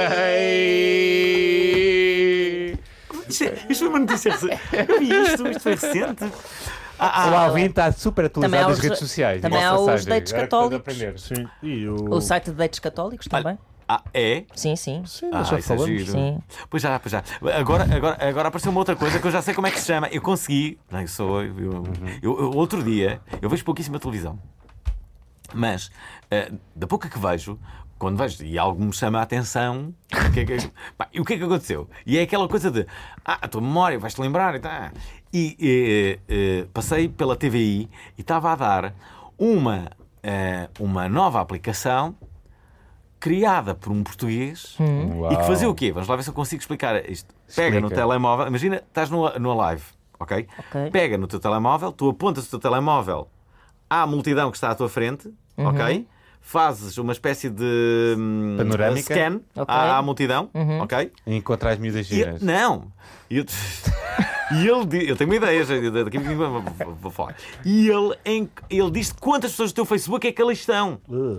Isto, é- isto foi uma notícia recente. Eu vi isto, isto foi recente. Ah, O ah, Alvin está super Também atualizado há nas os- redes sociais. também diga-se há os passagem. dates Agora que estou a católicos. aprender. Sim. E o... O site de dates católicos também? ah, é? Sim, sim. Sim, Ah, nós já isso é falamos. giro. Sim. Pois já, pois já. Agora, agora, agora apareceu uma outra coisa que eu já sei como é que se chama. Eu consegui. Não, eu sou. Eu, eu- eu- eu- outro dia, eu vejo pouquíssima televisão. Mas, eh, da pouca que vejo, quando vejo e algo me chama a atenção, o que é que, pá, e o que é que aconteceu? E é aquela coisa de. Ah, a tua memória, vais-te lembrar. E, tá. e eh, eh, passei pela T V I e estava a dar uma, eh, uma nova aplicação criada por um português e que fazia o quê? Vamos lá ver se eu consigo explicar isto. Pega Explica. no telemóvel, imagina, estás no, no live, ok? Ok. Pega no teu telemóvel, tu apontas o teu telemóvel à multidão que está à tua frente, ok? Fazes uma espécie de hum, Panorâmica. scan Ok. à, à multidão, ok? E encontrar as miúdas E, giras. não! E eu, e ele di- eu tenho uma ideia, já- daqui a pouquinho vou, vou- vou falar. E ele, em- ele diz quantas pessoas do teu Facebook é que ali estão.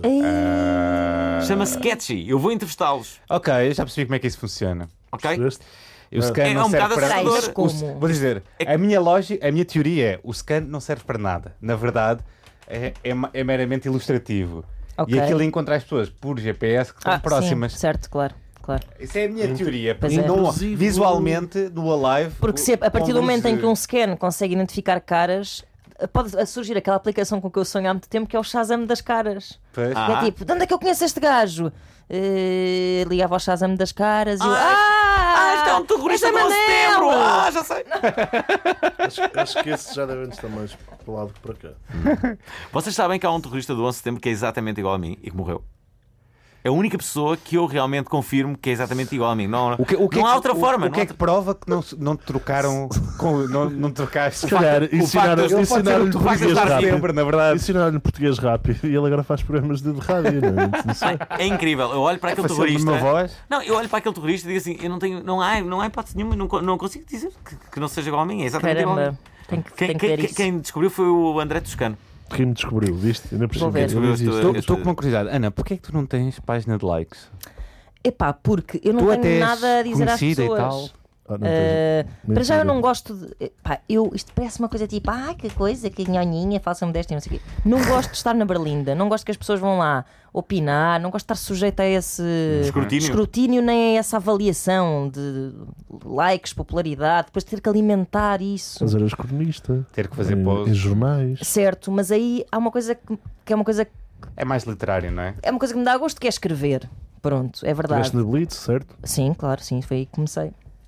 Chama-se Sketchy. Eu vou entrevistá-los, Ok, eu já percebi como é que isso funciona. ok? Percebeste? O scan É não um serve bocado para assustador. Mas como? O- Vou dizer, a minha lógica, a minha teoria é o scan não serve para nada. Na verdade, é, é, ma- é meramente ilustrativo. Ok. E aquilo encontra as pessoas por G P S que estão Ah, próximas. sim, certo, claro. claro. Isso é a minha teoria. Pois Porque é. não- Inclusive- visualmente, no Alive. Porque se, a partir do momento em que um scan consegue identificar caras, pode surgir aquela aplicação com que eu sonho há muito tempo, que é o Shazam das caras. Pois. Ah. Que é tipo, de onde é que eu conheço este gajo? Eh, ligava ao Shazam das caras e eu, Ah, ah, Ah, isto é um terrorista este do é onze de setembro! Manel! Ah, já sei! Acho, acho que esse já deve estar mais para lá do que para cá. Vocês sabem que há um terrorista do onze de setembro que é exatamente igual a mim e que morreu? É a única pessoa que eu realmente confirmo que é exatamente igual a mim. Não, O que, o que não é há que- outra o- forma. O que não é que prova que não, se- não te trocaram com, não, não trocaste? Se calhar, facto de ensinaram- ele pode ser ensinaram-lhe o facto de português estar rápido. sempre, na verdade. Ensinaram-lhe português rápido e ele agora faz programas de rádio. Não, é? Não sei. É incrível. Eu olho para aquele Foi sempre terrorista. uma voz. Não, eu olho para aquele terrorista e digo assim: eu não tenho, não há, não há hipótese nenhuma, não, co- não consigo dizer que, que não seja igual a mim. É exatamente igual a caramba, mim. tem que, Quem, tem que ver quem- isso. quem descobriu foi o André Toscano. Quem me descobriu, viste? Ainda por Vou cima, ver. eu não existo. Estou- Estou com uma curiosidade. Ana, porquê é que tu não tens página de likes? Epá, porque eu não Tu tenho até és nada a dizer às conhecida e pessoas. tal. Ah, não Uh, tens- para já eu mentira. não gosto de. Pá, eu, isto parece uma coisa tipo, ah, que coisa, que nhonhinha, falsa modéstia, não sei o quê. Não gosto de estar na berlinda, não gosto que as pessoas vão lá opinar, não gosto de estar sujeita a esse Escrutínio. escrutínio, nem a essa avaliação de likes, popularidade, depois ter que alimentar isso. Mas eras cronista. Ter que fazer em, em posts. jornais. Certo, mas aí há uma coisa que, que é uma coisa É mais literário, não é? é uma coisa que me dá gosto, que é escrever. Pronto, é verdade. Estiveste na Blitz, certo? Sim, claro, sim, foi aí que comecei.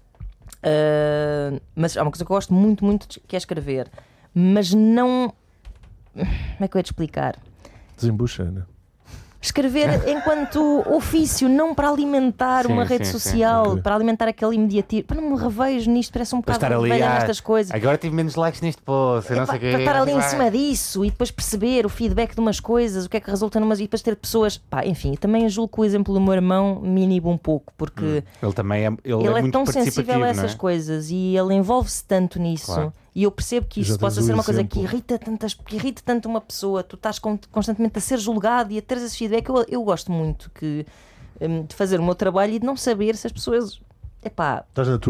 Ah, mas há uma coisa que eu gosto muito, muito, de- que é escrever. Mas não. Como é que eu ia te explicar? Desembucha, Ana. Escrever enquanto ofício, não para alimentar Sim, uma sim, rede sim. social, Ok. para alimentar aquele imediatismo. Para não me revejo nisto, parece um Para bocado estar ali. velha ah, nestas coisas. Agora tive menos likes neste post. eu Não Epá, sei o quê, para estar ali em vai. cima disso e depois perceber o feedback de umas coisas, o que é que resulta numas. E depois ter pessoas. Pá, enfim, e também julgo que o exemplo do meu irmão me inibe um pouco, porque. Ele também é, ele Ele, é, é muito tão participativo, sensível a essas não é? coisas e ele envolve-se tanto nisso. Claro. E eu percebo que Já isso tens possa o ser uma coisa que exemplo. irrita, tantas, que irrita tanto uma pessoa. Tu estás con- constantemente a ser julgado e a ter esse feedback. Eu, eu gosto muito que, hum, de fazer o meu trabalho e de não saber se as pessoas. Epá, Estás na tua.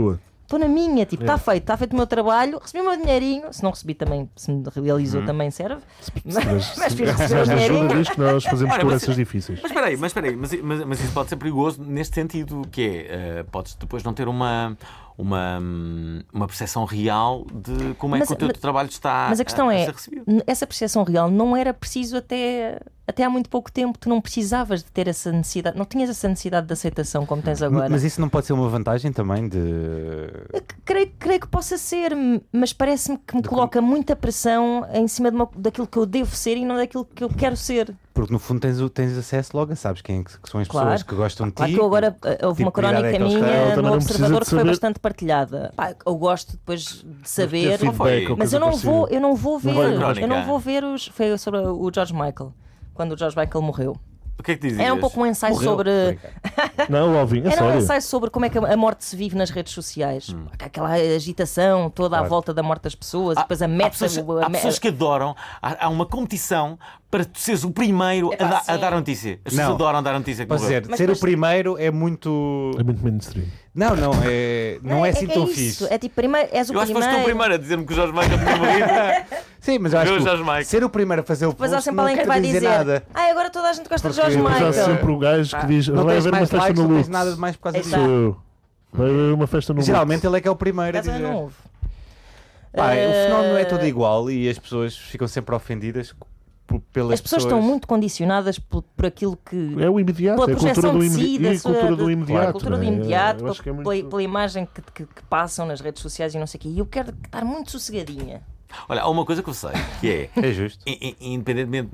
estou na minha, tipo, está é. feito, está feito o meu trabalho, recebi o meu dinheirinho, se não recebi também, se me realizou hum. também serve, mas, mas, mas fiz receber o dinheirinho. Diz que nós fazemos cobranças difíceis. Mas espera aí, mas, espera aí mas, mas, mas isso pode ser perigoso neste sentido, que é, uh, podes depois não ter uma... Uma, uma percepção real de como é mas, que o teu mas, trabalho está mas a, questão a, a é, ser recebido. Essa percepção real não era preciso até, até há muito pouco tempo. Tu não precisavas de ter essa necessidade, não tinhas essa necessidade de aceitação como tens agora. Mas isso não pode ser uma vantagem também de... Creio, creio que possa ser, mas parece-me que me de coloca como... muita pressão em cima de uma, daquilo que eu devo ser e não daquilo que eu quero ser. Porque no fundo tens, tens acesso logo, sabes quem que são as claro. pessoas que gostam de claro ti. Claro que eu agora houve uma crónica é minha no Observador que foi bastante partilhada. Pá, eu gosto depois de saber, feedback, mas eu não vou, eu não vou ver, não eu não vou ver os. Foi sobre o George Michael, quando o George Michael morreu. O que é que dizias? Era um pouco um ensaio Morreu. sobre. Não, Alvin, é Era sério. um ensaio sobre como é que a morte se vive nas redes sociais. Hum. Aquela agitação toda claro. à volta da morte das pessoas. Há, e depois a meta. Há pessoas, a, há pessoas que adoram. Há, há uma competição para tu seres o primeiro a, da, a dar a notícia. As pessoas adoram dar a notícia. Posso dizer, mas, ser mas... o primeiro é muito. É muito mainstream. Não, não, é, não, não é, é assim é tão é fixe. É tipo, primeiro, és o eu primeiro. acho que foste tu o primeiro a dizer-me que o Jorge Michael tinha morrido. Sim, mas eu acho que ser o primeiro a fazer o post mas há sempre não alguém quer que vai dizer, dizer nada. Ah, agora toda a gente gosta Porque de George Michael. Há sempre o gajo que diz: não vai tens haver uma mais festa likes, no não tens Lux. nada de mais por causa disso. Sou eu. Vai haver uma festa no Lux. Geralmente ele é que é o primeiro a dizer. Não houve. Pai, uh... o fenómeno é todo igual e as pessoas ficam sempre ofendidas pelas As pessoas, pessoas estão muito condicionadas por, por aquilo que... É o imediato, pela é a cultura do, si, imedi... sua, cultura do imediato. A cultura do imediato, é, pela, é muito... pela, pela imagem que, que, que passam nas redes sociais e não sei o quê. E eu quero estar muito sossegadinha. Olha, há uma coisa que eu sei, que é... É justo. Independentemente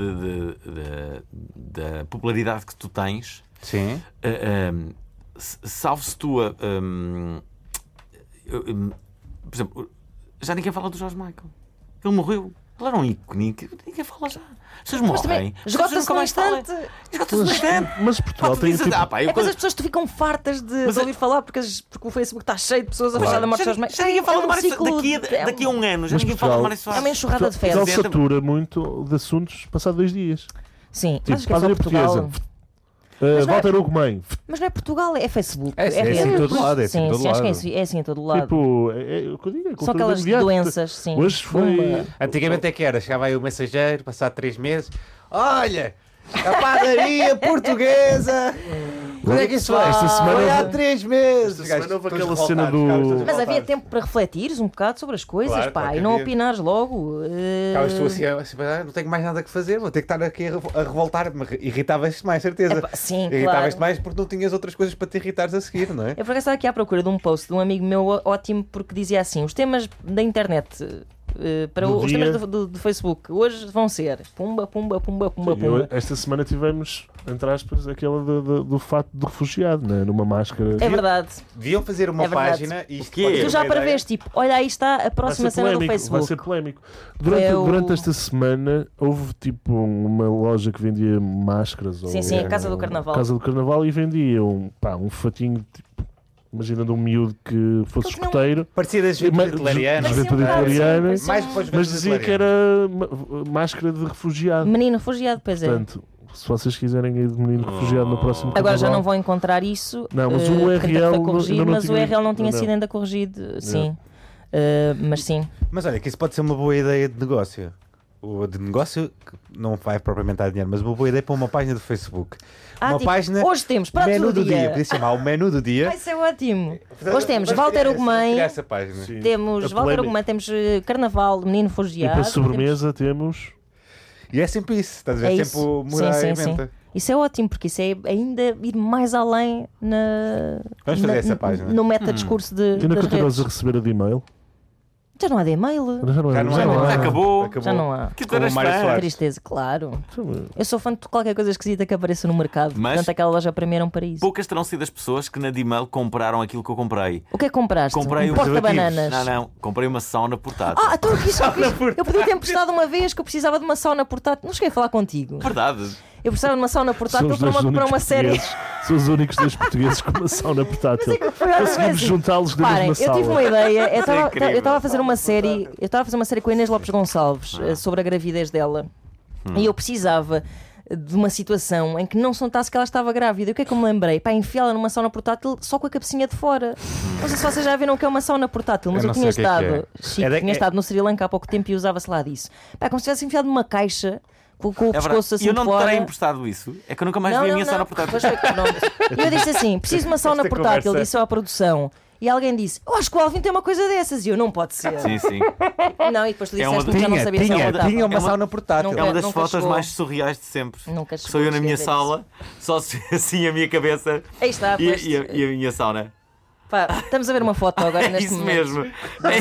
da popularidade que tu tens... Sim. Uh, um, salve-se tu a... Um, um, por exemplo, já ninguém fala do George Michael. Ele morreu. Ele era um ícone, ninguém fala já. As pessoas morrem. Esgota-se no instante. Esgota-se no instante. Mas Portugal tem tipo... ah, pá, eu... É que as pessoas te ficam fartas de, mas, de ouvir falar porque, porque o Facebook está cheio de pessoas a claro. falar da morte de George Michael. Já ninguém fala de Mário Soares. Daqui, daqui a um ano, já ninguém fala de Mário Soares. É uma enxurrada de fezes. Portugal satura muito de assuntos passados dois dias. Sim, tipo, mas esquece Portugal. Uh, Walter Hugo Mãe. Mas não é Portugal, é Facebook. É, é, é assim em todo lado. É assim sim, todo sim, lado. acho que é assim, é assim em todo lado. Tipo, é, é, o que eu digo, é são aquelas doenças, sim. Hoje foi. Uma... Antigamente é que era, chegava aí o mensageiro, passado três meses. Olha, a padaria portuguesa. Quando é que isso foi? Esta semana foi há três meses. Esta semana houve aquela cena do. Mas havia tempo para refletires um bocado sobre as coisas, claro, pá, claro e não havia. opinares logo. Estavas tu assim, assim, não tenho mais nada que fazer, vou ter que estar aqui a revoltar-me. Irritavas-te mais, certeza. Epá, sim, Irritavas-te claro. mais porque não tinhas outras coisas para te irritares a seguir, não é? Eu por acaso estava aqui à procura de um post de um amigo meu ótimo porque dizia assim: os temas da internet. Uh, para do os dia... temas do, do, do Facebook hoje vão ser pumba, pumba, pumba, pumba, Sim, pumba. eu, esta semana tivemos, entre aspas, aquela do, do, do fato de refugiado, né? Numa máscara. É verdade. Deviam fazer uma é página e isto tu já para ver, tipo, olha aí está a próxima cena do Facebook. Vai ser polémico. Durante, Eu... durante esta semana houve tipo uma loja que vendia máscaras. Sim, ou, sim, a Casa do Carnaval. Casa do Carnaval e vendia um, pá, um fatinho tipo. Imagina de um miúdo que fosse Porque não- escoteiro. Parecia da juventude hitleriana. Mas Juventude sim, um bocado, hitleriana. sim, Mais sim. depois Mas dizia que era ma- máscara de refugiado. Menino refugiado, pois é. Portanto, se vocês quiserem ir de menino refugiado no próximo Agora já carnaval, não vão encontrar isso. Não, mas uh, o U R porque L foi não- corrigido, ainda não mas tinha- o U R L não tinha não. sido ainda corrigido, sim. Uh, mas sim. Mas olha, que isso pode ser uma boa ideia de negócio. O de negócio que não vai propriamente dar dinheiro, mas uma boa ideia para uma página do Facebook. Ah, uma tipo, página. hoje temos pratos Menu do do dia. dia. Podia se chamar o menu do dia. Vai ser ótimo. Portanto, Hoje temos vamos Walter criar Hugo essa- Mãe, criar essa página. Sim. temos A Walter polémica. Hugo Mãe, temos uh, Carnaval, Menino E Refugiado. para sobremesa temos. E é sempre isso. Estás a ver? É sempre isso. o morar Sim, à sim, sim. emenda. Isso é ótimo, porque isso é ainda ir mais além na, Vamos fazer na- essa página. no meta-discurso de, Ainda das continuas redes. a receber a de e-mail? Já não há de e-mail. Já não, Já não já há, não já há. acabou. Já não há. Que tu Como eras o Mário fã. Soares. Tristeza, claro. Eu sou fã de qualquer coisa esquisita que apareça no mercado. Mas- Portanto, aquela loja para mim era um paraíso. Poucas terão sido as pessoas que na D-Mail compraram aquilo que eu comprei. O que é que compraste? Comprei um um porta-bananas. Não, não. Comprei uma sauna portátil. Ah, então eu quis, eu, quis, eu podia ter emprestado uma vez que eu precisava de uma sauna portátil. Não cheguei a falar contigo. Verdade. Eu precisava de uma sauna São portátil os para dois uma, para únicos uma série. portugueses. São os únicos dois portugueses com uma sauna portátil. Foi olha, Conseguimos assim, juntá-los na Parem, mesma eu tive uma sala. ideia. Eu estava incrível. eu estava a fazer uma série. Eu estava a fazer uma série com a Inês Lopes Gonçalves Ah. eh, sobre a gravidez dela. Hum. E eu precisava de uma situação em que não se notasse que ela estava grávida. E o que é que eu me lembrei? Pá, enfiá-la numa sauna portátil só com a cabecinha de fora. Não sei se vocês já viram o que é uma sauna portátil, mas Eu eu, não tinha sei o que é que estado, é. Chico, É da- tinha é- estado no Sri Lanka há pouco tempo e usava-se lá disso. Pá, como se tivesse enfiado numa caixa com, com o É verdade. pescoço assim E eu de não te fora. terei emprestado isso. É que eu nunca mais Não, vi a não, minha não. sauna portátil. Pois foi, pronto. E eu disse assim: preciso de uma sauna Esta portátil, conversa. disse eu à produção. E alguém disse: eu acho que o Alvin tem uma coisa dessas. E eu: não pode ser. Sim, sim. Não, e depois tu É uma- disseste que já não Tinha, sabia se tinha, ela tinha uma É uma- sauna portátil. Nunca- É uma das nunca fotos chegou. mais surreais de sempre. Nunca Sou chegou eu a na minha escrever sala, só se- assim a minha cabeça Aí está, e, pois. e a, e a minha sauna. Pá, estamos a ver uma foto agora É neste isso momento. mesmo.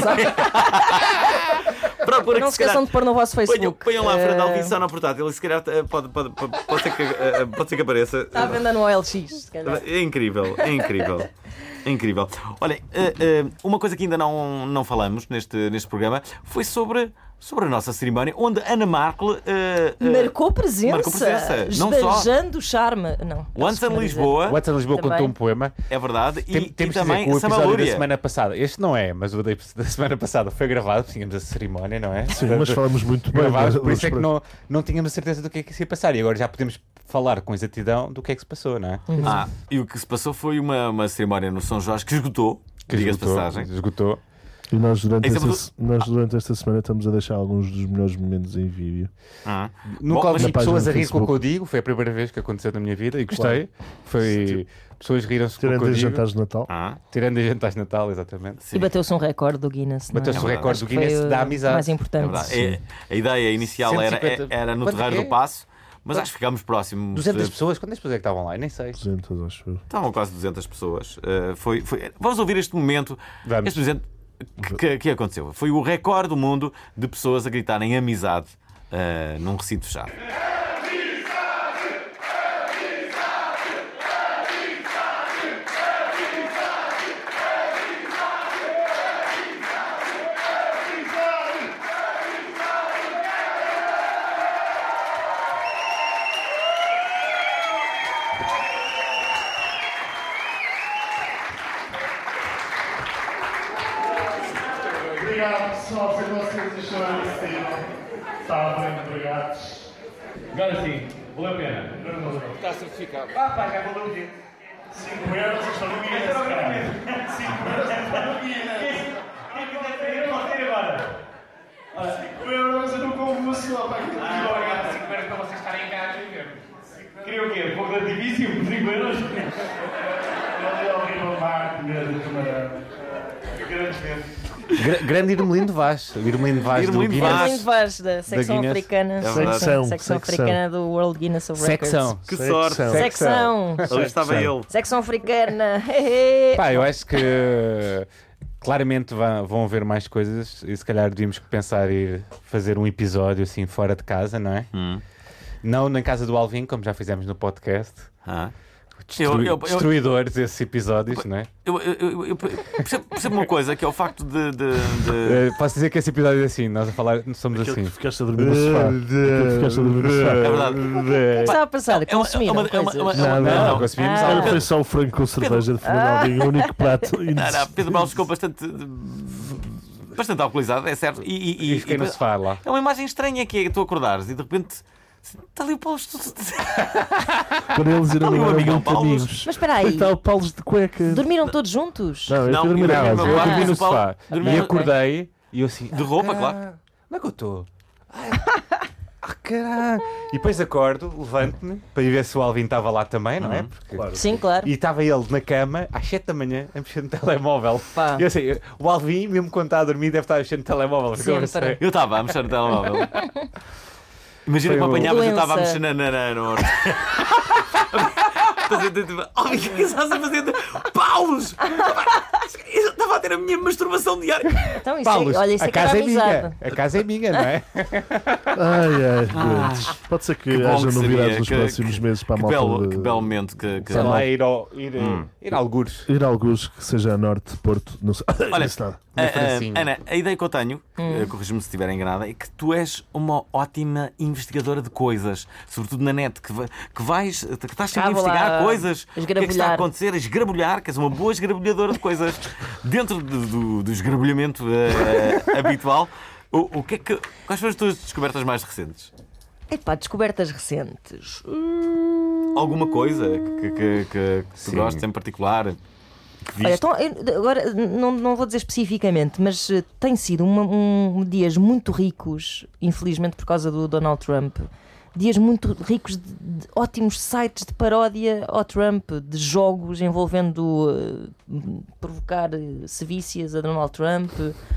Procura Não que se se calhar. esqueçam de pôr no vosso Ponham, Facebook. ponham lá a frente Eh, Alvin sauna portátil e se calhar eh, pode, pode, pode, pode, ser que, eh, pode ser que apareça. Está à venda no O L X, se calhar. É incrível, é incrível. É incrível. Olhem, eh, eh, uma coisa que ainda não, não falamos neste, neste programa foi sobre, sobre a nossa cerimónia, onde Ana Markle eh, eh, Marcou presença. marcou presença. Não só. Esbanjando o charme. Não. o Anson não sei Lisboa, O Watson Lisboa Também. contou um poema. é verdade, Tem- e, e temos que dizer também que o episódio da Samalúria. semana passada, este não é, mas o da da semana passada foi gravado, tínhamos a cerimónia, não é? Sim, mas falamos muito bem. Gravados, mas- por isso é que não, não tínhamos a certeza do que é que se ia passar e agora já podemos falar com exatidão do que é que se passou, não é? Ah, e o que se passou foi uma, uma cerimónia no São Jorge que esgotou, Que diga-se de esgotou, passagem. esgotou. E nós durante, Isso é esta, muito- nós durante esta semana estamos a deixar alguns dos melhores momentos em vídeo. Ah. Nunca Bom, ouvi na página pessoas do a rir com o que Facebook. eu digo, foi a primeira vez que aconteceu na minha vida e gostei. Foi pessoas riram-se com o que Tirando eu os digo. jantares de Natal. Ah, Tirando as jantares de Natal, exatamente. sim. E bateu-se um recorde do Guinness. não é? Bateu-se o verdade. recorde do Acho que foi Guinness o da amizade. mais É importante. verdade. É- a ideia inicial era, cento e cinquenta era no Quanto Terreiro é? do Paço, mas acho que ficámos próximos. duzentas eh, pessoas? Quantas pessoas é que estavam lá? Eu nem sei. duzentos, acho eu. Estavam quase duzentas pessoas. Eh, foi, foi... Vamos ouvir este momento. Vamos. Este presente que, que, que aconteceu. Foi o recorde do mundo de pessoas a gritarem amizade eh, num recinto fechado. Obrigado, pessoal, por vocês acharam isso aí. Estavam bem empregados. Agora sim, valeu a pena. Não, não, não. Está certificado. Ah, pá, já valeu o quê? cinco euros estão no Guinness, cara. cinco euros estão no Guinness. cinco euros eu não como uma só, pá. Que Ah, obrigado. cinco euros para vocês estarem em casa e ver. Queria o quê? Um pouco de artifício por cinco euros? Ali ao Rio Mar, comer de camarão. Grande evento. Gra- grande Irmelino de Vaz. O Irmelino de Vaz do Irmelino de Guinness. Vaz. Irmelino Vaz, da secção Guinness. africana. É verdade. Secção, secção secção. africana do World Guinness of Records. Secção. Que Secção. sorte! Secção. Ali estava ele. Secção africana. Pá, eu acho que claramente vão, vão haver mais coisas e se calhar devíamos pensar em ir fazer um episódio assim fora de casa, não é? Hum. Não na casa do Alvin, como já fizemos no podcast. Ah. Destrui- Eu- eu- eu- Destruidores esses episódios, não é? Eu, eu, eu, eu percebo, percebo uma coisa, que é o facto de. de, de- Eh, posso dizer que esse episódio é assim, nós a falar somos Aquele assim. que ficaste a dormir no sofá. Aquele que ficaste a dormir no sofá. É verdade. O que estava a passar? É uma- Consumiram é uma- é uma- coisas? é uma- Não, Não, não. consumimos Ah. algo. Era foi só o frango com cerveja de Fernando Alvim, o único prato. Não, não, Pedro Paulo ficou bastante. bastante alcoolizado, é certo. E, e, E fiquei no sofá lá. É uma imagem estranha que é tu acordares e de repente. Está ali o Paulo. Quando eles Ali o eram amigão muito Paulo. amigos. Mas espera aí, Está o Paulo de cueca. dormiram todos juntos? Não, eu Não, fui dormir eu a dormi casa. no Eu Ah, dormi no o Paulo sofá dormiu e no- acordei e eu assim. De roupa, ah, claro. Onde é que eu estou? Ah, caralho! E depois acordo, levanto-me para ir ver se o Alvin estava lá também, não é? Porque... Claro. Sim, claro. E estava ele na cama às sete da manhã a mexer no telemóvel. Pá. E eu sei, o Alvin, mesmo quando está a dormir, deve estar a mexer no telemóvel. porque eu Sempre. sei. Eu estava a mexer no telemóvel. Imagina que me Foi o- apanhavas e eu estava a Doença. mexer na. na, na, no... Oh, o que é que estás a fazer? Paulos! Eu estava a ter a minha masturbação diária. Então, isso Paulo, é, olha, isso a é que era casa é amizade. minha. A casa é minha, não é? Ai, ai, doentes. Pode ser que, Que bom haja que seria, novidades nos que- próximos que- meses para a Que malta. belo, de- que belo momento que. que... Sei lá, ir, ao, ir, Hum. ir a algures. Ir a alguns que seja a norte, Porto, não sei. Olha, Disse nada. Ah, Na ah, Francinha. Ana, a ideia que eu tenho, Hum. eh, corrija-me se estiver enganada, é que tu és uma ótima investigadora de coisas, sobretudo na net, que, va- que vais, que estás sempre a Ah, vou investigar lá coisas, o que é que está a esgrabulhar. acontecer, a esgrabulhar, que és uma boa esgrabulhadora de coisas. Dentro do, do, do esgrabulhamento eh, habitual, o, o que é que, quais foram as tuas descobertas mais recentes? Epá, descobertas recentes. Alguma coisa que, que, que, que tu gostes em particular? Que Olha, então, eu, agora não, não vou dizer especificamente, mas uh, tem sido uma, um, dias muito ricos, infelizmente por causa do Donald Trump. Dias muito ricos de, de ótimos sites de paródia ao Trump, de jogos envolvendo uh, provocar uh, sevícias a Donald Trump.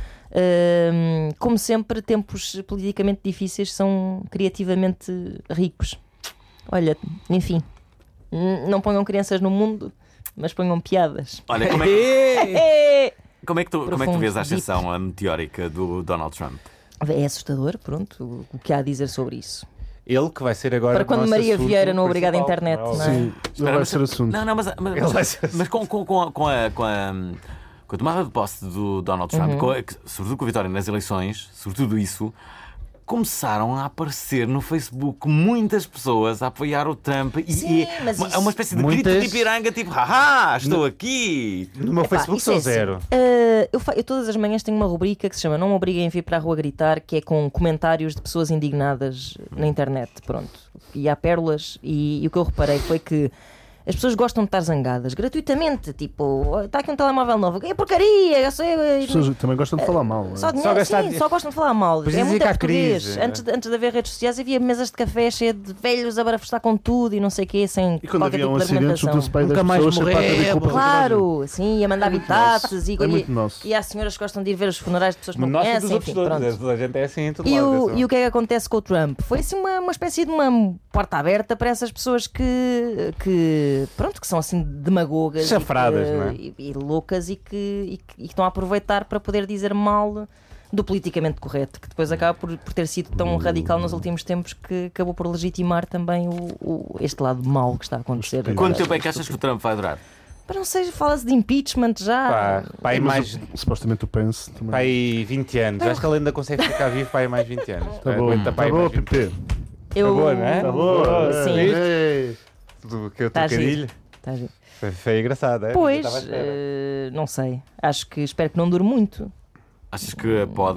Uh, como sempre, tempos politicamente difíceis são criativamente ricos. Olha, enfim, n- não ponham crianças no mundo, mas ponham piadas. Olha, como é que, como é que, tu, como é que tu Profundo, vês a deep. ascensão meteórica do Donald Trump? É assustador, pronto, o- o que há a dizer sobre isso. Ele que vai ser agora Para quando nosso Maria assunto Vieira no Obrigado à principal, Internet, não é? não é? Sim, ele vai ser assunto. Não, não, mas, mas, Ele vai ser mas com, com, com, a, com, a, com, a, com a tomada de posse do Donald Trump, Uhum. com a, sobretudo com a vitória nas eleições, sobretudo isso, começaram a aparecer no Facebook muitas pessoas a apoiar o Trump e, Sim, e mas uma, isso- é uma espécie de Muitas- grito de piranga, tipo, haha, estou aqui. No meu Epá, Facebook isso é são assim. zero. Uh, eu, fa- eu todas as manhãs tenho uma rubrica que se chama Não me obriguem a vir para a rua gritar, que é com comentários de pessoas indignadas na internet, pronto. E há pérolas, e, e o que eu reparei foi que as pessoas gostam de estar zangadas gratuitamente, tipo, está aqui um telemóvel novo, é porcaria, eu sei, As pessoas também gostam de falar mal. só, é? dinheiro, Só gastar sim, di- só gostam de falar mal. Pois É dizem muito que há português. crise. Antes de, antes de haver redes sociais havia mesas de café cheias de velhos a barafustar com tudo e não sei o quê, sem E quando qualquer havia tipo um de acidente, argumentação. juntou-se para aí Nunca das mais pessoas sempre a pedir morremos. culpa. Claro, sim, e a mandar bitates e, É muito nosso. e há senhoras que gostam de ir ver os funerais de pessoas que não Nós e dos conhecem, outros enfim, todos. pronto. Toda a gente é assim em todo E lado. o, atenção. e o que é que acontece com o Trump? Foi assim uma, uma espécie de uma porta aberta para essas pessoas que, que pronto, que são assim demagogas Chafradas, e, que- não é? e, e loucas e que, e que- e que estão a aproveitar para poder dizer mal do politicamente correto, que depois acaba por, por ter sido tão radical nos últimos tempos que acabou por legitimar também o, o- este lado mau que está a acontecer. Quanto tempo é que achas que o Trump vai durar? Mas não sei, fala-se de impeachment já. Pá, pá, aí Mas mais o- supostamente o Pence também. pá, aí vinte anos. Acho que ele ainda consegue ficar vivo para aí mais vinte anos. Tá bom, Aguenta tá para aí bom, mais vinte Pepe. Eu... boa, não é? Tá bom. Sim. Ei. Do que eu Tá trocadilho. Tá giro. Foi, foi engraçado, é? Pois, Eu estava à espera. eh, não sei. Acho que espero que não dure muito. Achas que pode.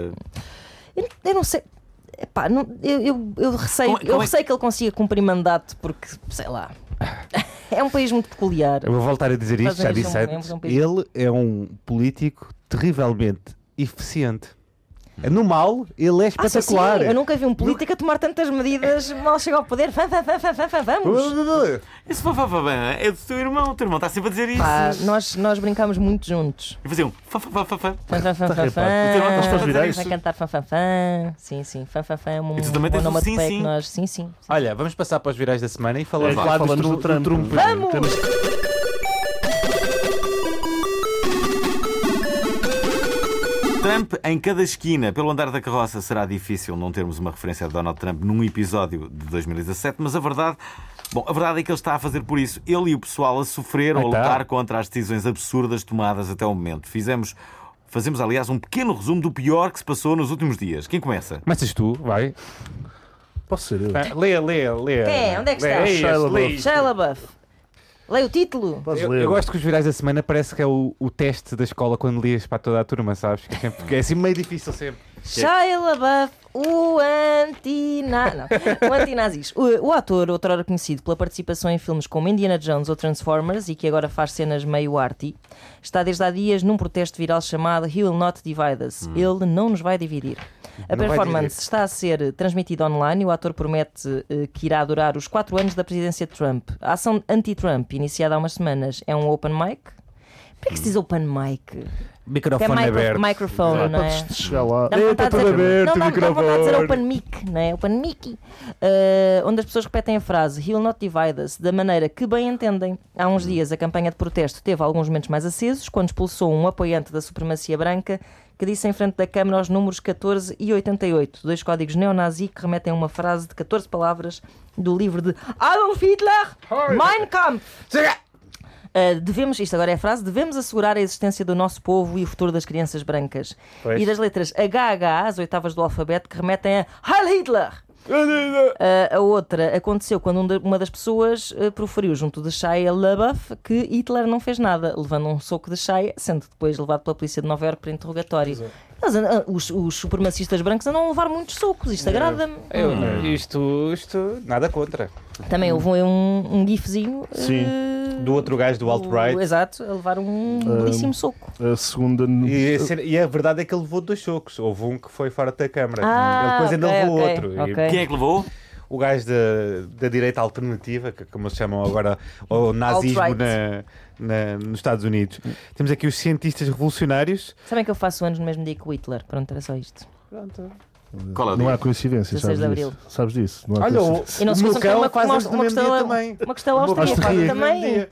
Eu, eu não sei. Epá, não- eu, eu, eu receio, Como é- eu como é- receio que ele consiga cumprir mandato porque, sei lá. É um país muito peculiar. Eu vou voltar a dizer isto, Mas já é disse um- antes. é um país- Ele é um político terrivelmente eficiente. No mal, ele é Ah, sim, sim, espetacular. eu nunca vi um político a tomar tantas medidas mal chega ao poder. Fã, fã, fã, fã, fã, fã, vamos! Esse fafafafã é do teu irmão. O teu irmão está sempre a dizer isso. Pá, nós, nós brincámos muito juntos. E faziam fafafafã. Fã, fã, fã, fã, fã. O teu irmão está a fazer virais? isso. A cantar fã, fã, fã. Sim, sim, fã, fã, fã. É um, E tu também um tens o nome sim, de pé sim. que nós. Sim, sim. sim. Olha, vamos passar para os virais da semana e falar, É, falar dos falamos tru- do Trump. Trump. Vamos! Temos- Trump em cada esquina. Pelo andar da carroça será difícil não termos uma referência a Donald Trump num episódio de dois mil e dezassete, mas a verdade, bom, a verdade é que ele está a fazer por isso. Ele e o pessoal a sofrer ou a Ah, tá. lutar contra as decisões absurdas tomadas até o momento. Fizemos, fazemos, aliás, um pequeno resumo do pior que se passou nos últimos dias. Quem começa? Começas tu, vai. Posso ser eu? Ah, Leia, leia, leia. Quem é? Onde é que Leia, está? leia, Shia leia. Shia LaBeouf. Leia o título. Podes Eu, ler. eu gosto que os virais da semana parece que é o, o teste da escola quando lias para toda a turma, sabes? Que é, sempre, que é assim meio difícil sempre. Shia LaBeouf, o anti-na... não, o anti-nazis. O, o ator, outrora conhecido pela participação em filmes como Indiana Jones ou Transformers e que agora faz cenas meio arty, está desde há dias num protesto viral chamado He Will Not Divide Us. Ele não nos vai dividir. A Não vai performance dividir. está a ser transmitida online e o ator promete eh, que irá durar os quatro anos da presidência de Trump. A ação anti-Trump, iniciada há umas semanas, é um open mic. Por que se diz open mic? Que é Microfone micro, aberto. microphone, não é? Podes chegar lá. Dá-me Ei, vontade está de tudo dizer- aberto, não, dá-me- dá-me vontade de dizer microfone. open mic, não é? Open mic. Uh, onde as pessoas repetem a frase He'll not divide us, da maneira que bem entendem. Há uns dias a campanha de protesto teve alguns momentos mais acesos, quando expulsou um apoiante da supremacia branca que disse em frente da Câmara os números catorze e oitenta e oito, dois códigos neonazi que remetem a uma frase de catorze palavras do livro de Adolf Hitler, Mein Kampf. Uh, devemos, isto agora é a frase, devemos assegurar a existência do nosso povo e o futuro das crianças brancas. Pois. E das letras H H, as oitavas do alfabeto, que remetem a Heil Hitler! Uh, a outra aconteceu quando um de- uma das pessoas uh, proferiu junto de Shia LaBeouf que Hitler não fez nada, levando um soco de Shia, sendo depois levado pela polícia de Nova Iorque para interrogatório. Mas, uh, os, os supremacistas brancos andam a levar muitos socos, isto agrada-me. Eu, isto, isto, nada contra. Também houve um, um gifzinho Sim. uh, Do outro gajo do alt-right. o- Exato, a levar um belíssimo soco. A segunda. E a, cena- e a verdade é que ele levou dois socos. Houve um que foi fora da câmara. Ah, ele depois ainda ok, levou ok, outro. E ok. Quem é que levou? o gajo da, da direita alternativa, que, como eles chamam agora, o nazismo Alt-right. na, na, nos Estados Unidos. Temos aqui os cientistas revolucionários. Sabem que eu faço anos no mesmo dia que o Hitler? Pronto, era só isto. Qual é o Não dia? há coincidências, dezasseis sabes de disso? Sabes disso? Não há Olha, o, coincidências. E não se o meu esqueçam que é cão uma, faz uma, anos no uma, mesmo dia costela, também. uma costela Acho austríaca que ria. também.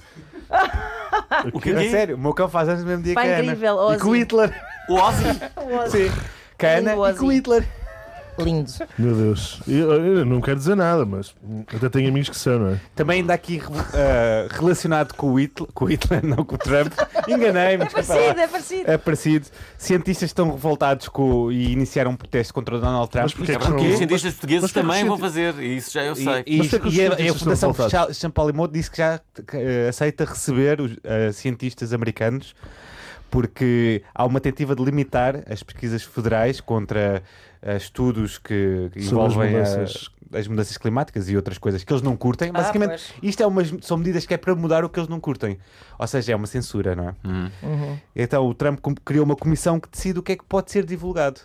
O que É é? sério, o meu cão faz anos no mesmo dia Pá, que a Ana. incrível, E com o Ozzy. Hitler. O Ozzy? Sim. Com a Ana Lindo, e com o Ozzy. Hitler. Lindo. Meu Deus. Eu, eu não quero dizer nada, mas até tenho amigos que são, não é? Também ainda aqui uh, relacionado com o Hitler, com o Hitler, não com o Trump. Enganei-me. É desculpa lá. parecido, é parecido. É parecido. Cientistas estão revoltados com, e iniciaram um protesto contra o Donald Trump. Mas porquê É que porque não- os cientistas portugueses mas porquê que também os vão cientistas- fazer, e isso já eu sei. E, Mas porquê que os e a, e a cientistas Fundação estão revoltados? Champalimau disse que já eh, aceita receber os eh, cientistas americanos porque há uma tentativa de limitar as pesquisas federais contra eh, estudos que, que Sobre as envolvem a- mudanças. as mudanças climáticas e outras coisas que eles não curtem. Ah, Basicamente, pois. isto é umas, são medidas que é para mudar o que eles não curtem. Ou seja, é uma censura, não é? Hum. Uhum. Então o Trump com- criou uma comissão que decide o que é que pode ser divulgado.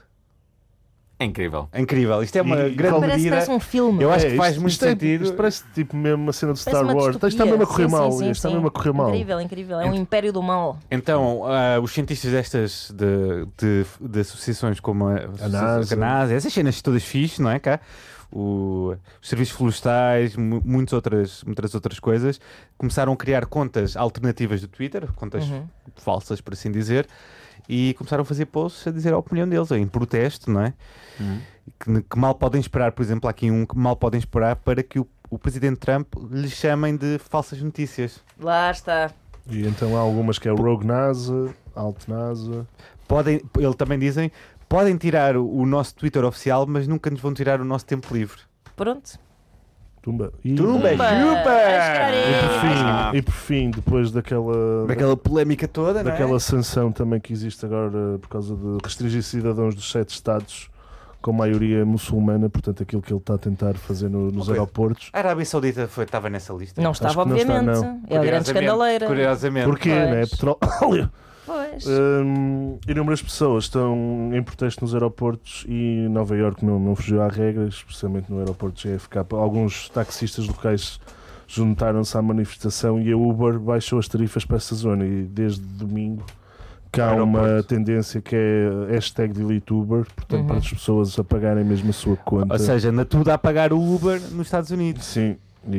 É incrível. É incrível. Isto é uma E- grande Parece, medida. parece um filme. Eu acho É, que faz isto- muito isto é- sentido. Isto parece tipo mesmo uma cena de Parece Star uma Wars. Isto está distopia. mesmo a correr Sim, mal. sim, sim, Isto está sim. mesmo a correr mal. Incrível, incrível. É um império do mal. Então, ah, os cientistas destas de, de, de associações como a, A NASA. a NASA, essas cenas todas fixes, não é cá? O, os serviços florestais, mu- muitas outras, muitas outras coisas, começaram a criar contas alternativas do Twitter, contas Uhum. falsas, por assim dizer, e começaram a fazer posts a dizer a opinião deles, em protesto, não é? Hum. Que, que mal podem esperar, por exemplo, há aqui um que mal podem esperar para que o, o presidente Trump lhe chamem de falsas notícias. Lá está. E então há algumas que é o Rogue NASA, Alt NASA. Podem, ele também dizem, podem tirar o, o nosso Twitter oficial, mas nunca nos vão tirar o nosso tempo livre. Pronto. Tumba. E, Tumba. e, Chupa! por fim, Ah. e por fim, depois daquela, Daquela polémica toda, não é? daquela sanção também que existe agora por causa de restringir cidadãos dos sete estados com maioria muçulmana, portanto aquilo que ele está a tentar fazer no- nos Ok. aeroportos. A Arábia Saudita foi, estava nessa lista. Não Acho estava, que não está, obviamente. não. É a grande Curiosamente- escandaleira. Curiosamente. Porquê, Pois. né? Petróleo. Pois. Hum, inúmeras pessoas estão em protesto nos aeroportos e Nova Iorque não, não fugiu à regra, especialmente no aeroporto de J F K. Alguns taxistas locais juntaram-se à manifestação e a Uber baixou as tarifas para essa zona e desde domingo que há uma Aeroporto. tendência que é hashtag delete Uber, portanto Uhum. para as pessoas apagarem mesmo a sua conta. Ou seja, anda tudo a pagar o Uber nos Estados Unidos. Sim.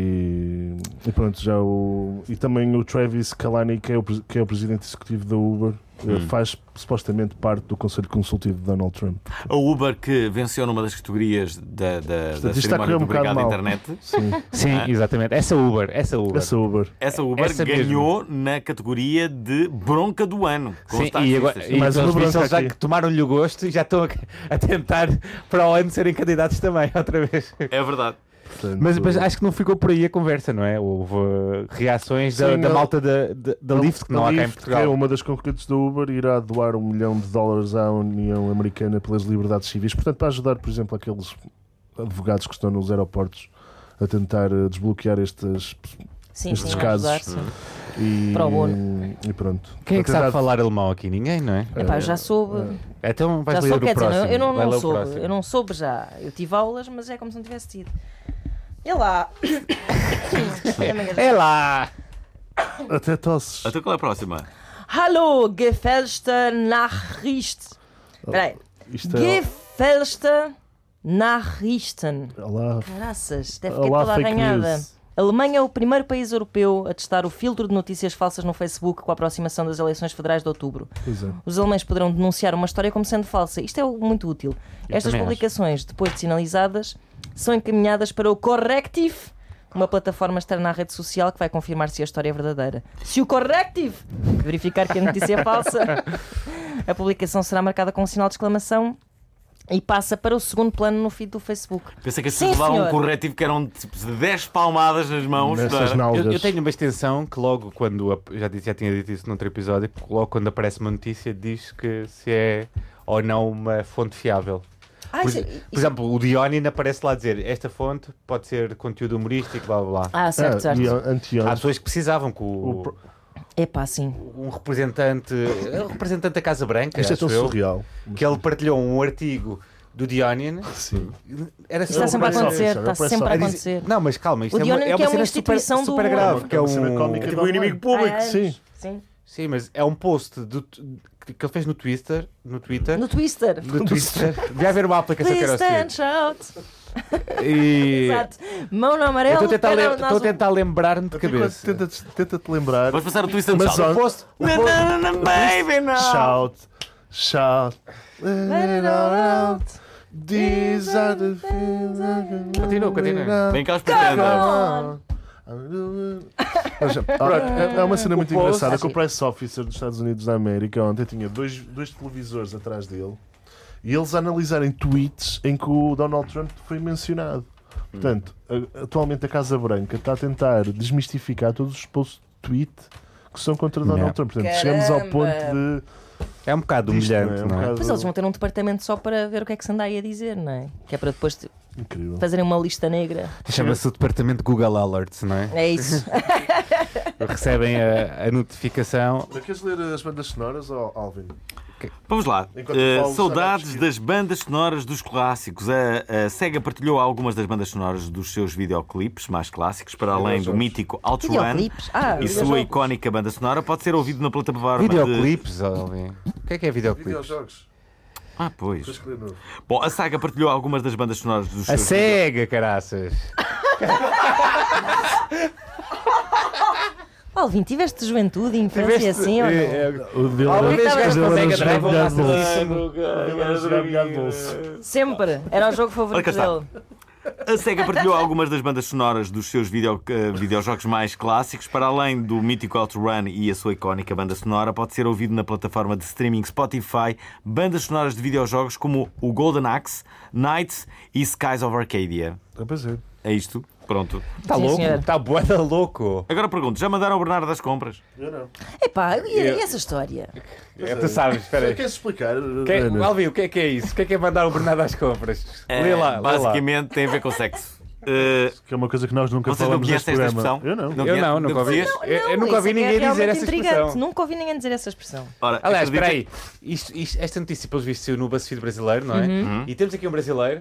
E, e pronto, já o. E também o Travis Kalanick, que é o, pres- que é o presidente executivo da Uber, eh, Hum. faz supostamente parte do Conselho Consultivo de Donald Trump. A Uber que venceu numa das categorias da, da, da isto está a correr cerimónia um do bocado Obrigado mal. Internet. Sim, Sim, Ah. exatamente. Essa Uber, essa Uber. essa Uber. Essa Uber Essa mesmo. ganhou na categoria de bronca do ano. Com Sim, os e taxistas. agora e Mais pelos uma vistos, bronca eles já aqui. que tomaram-lhe o gosto e já estão a, a tentar para o ano serem candidatos também, outra vez. É verdade. Portanto, Mas, mas acho que não ficou por aí a conversa, não é? Houve uh, reações da, Sim, da não. malta da, da, da a- Lyft, que a não há cá em Lyft, que é Portugal. uma das concorrentes da Uber, irá doar um milhão de dólares à União Americana pelas liberdades civis. Portanto, para ajudar, por exemplo, aqueles advogados que estão nos aeroportos a tentar eh, desbloquear estas. Sim, estes sim, a casos. ajudar, sim. E, Para o bono. e pronto. Quem é que A sabe tentar- falar alemão aqui? Ninguém, não é? Epá, eu já soube. Então vais Já ler soube, o quer dizer, próximo. eu não, Vai não ler o soube. próximo. Eu não soube já. Eu tive aulas, mas é como se não tivesse tido. E lá. É lá! Até tosses. Até qual é a próxima? Hallo, gefälschte Nachricht. Espera aí. Isto é. Gefälschte Nachrichten. Olá, Caraças, deve ficar olá toda fake arranhada. news. A Alemanha é o primeiro país europeu a testar o filtro de notícias falsas no Facebook com a aproximação das eleições federais de outubro. Pois é. Os alemães poderão denunciar uma história como sendo falsa. Isto é muito útil. Estas também publicações, depois de sinalizadas, são encaminhadas para o Corrective, uma plataforma externa à rede social que vai confirmar se a história é verdadeira. Se o Corrective verificar que a notícia é falsa, a publicação será marcada com um sinal de exclamação e passa para o segundo plano no feed do Facebook. Pensei que as Sim, pessoas levavam um senhor. corretivo que eram tipo de dez palmadas nas mãos. Nessas não era? nalgas. Eu, eu tenho uma extensão que logo quando, ap- já, disse, já tinha dito isso noutro episódio, que logo quando aparece uma notícia diz que se é ou não uma fonte fiável. Ah, Por, isso- por isso- exemplo, o The Onion aparece lá a dizer esta fonte pode ser conteúdo humorístico, blá blá blá. Ah, certo, Ah, certo. e Há anteontem, pessoas que precisavam que o, O pro- Epá, sim. um representante, um representante da Casa Branca, isto é acho tão eu, surreal. que ele partilhou um artigo do The Onion. Sim. Era Isto está É o sempre a press acontecer, officer, é o está press sempre a a dizer- acontecer. Não, mas calma, isto O é The uma, Onion é que é uma uma cena super, instituição do super humor. grave, que é É uma cena um, cómica. Tipo o inimigo público. Ah, Sim. Sim. sim, mas é um post do, que ele fez no Twitter, no Twitter, No Twister. no Twitter. Devia haver uma aplicação que Please era o stand seguinte. shout. E Exato. Mão no eu amarelo. estou a tentar, pé lem- no- estou a nós- tentar lembrar-me de cabeça. Tenta-te tenta-te lembrar. Vamos passar o Twister do Mas Salve. olha- O post, o Não, post- não, não, baby, não. Shout, shout. Let it all out. These are the things I can do Continua, continua. Vem cá os Come pretenders. on. Mas, ah, é uma cena muito o post- engraçada que o Acho- Press Officer dos Estados Unidos da América ontem tinha dois, dois televisores atrás dele e eles a analisarem tweets em que o Donald Trump foi mencionado. Portanto, a- atualmente a Casa Branca está a tentar desmistificar todos os posts de tweet que são contra Donald Yeah. Trump. Portanto, chegamos ao ponto Caramba. de. É um bocado disto, humilhante, não é? É um não é? bocado Mas eles vão ter um departamento só para ver o que é que se anda aí a dizer, não é? Que é para depois te- incrível. fazerem uma lista negra. Chama-se o departamento Google Alerts, não é? É isso. Recebem a, a notificação. Queres ler as bandas sonoras, ou Alvin? Vamos lá. Enquanto Eh, Paulo saudades está a das bandas sonoras dos clássicos. A, a SEGA partilhou algumas das bandas sonoras dos seus videoclipes mais clássicos, para além do Videojogos. mítico Outrun Videoclipes. Ah, e sua videojogos. icónica banda sonora. Pode ser ouvido na plataforma de... Videoclipes, Alvin. O que é que é videoclipes? Videojogos. Ah, pois. Tens que ler novo. Bom, a SEGA partilhou algumas das bandas sonoras dos A seus... SEGA, caraças. Alvin, tiveste juventude e infância assim ou não? eh, O dele Alguma era- vez Como é que jogaste o com dele Mega era Drive ou jogar Master bolso. System? O dele era jogar bilhar de bolso. Sempre. Era o jogo Olha favorito cá está. dele. A SEGA partilhou algumas das bandas sonoras dos seus video, eh, videojogos mais clássicos, para além do mítico Outrun e a sua icónica banda sonora. Pode ser ouvido na plataforma de streaming Spotify bandas sonoras de videojogos como o Golden Axe, Knights e Skies of Arcadia. Ah, pois é. É isto? Pronto. Está Sim, louco? senhor. Está boeda louco. Agora pergunto, já mandaram o Bernardo das compras? Eu não. Epá, e e essa história? É, tu sabes, espera aí. Queres explicar? Que é- Ana? Alvin, o que é que é isso? O que é que é mandar o Bernardo às compras? Eh, Lê lá, lê lá. basicamente tem a ver com sexo. Eh, Que é uma coisa que nós nunca vocês não falamos neste conhecem esta programa. expressão? Eu não. Eu conhece- não, nunca ouvi. conheces? Eu, eu nunca isso ouvi é que é ninguém dizer realmente essa intrigante. expressão. Nunca ouvi ninguém dizer essa expressão. Ora, Aliás, espera acreditem- aí. Isto, isto- esta notícia, pelos vistos, saiu no BuzzFeed brasileiro, não é? Uhum. E temos aqui um brasileiro,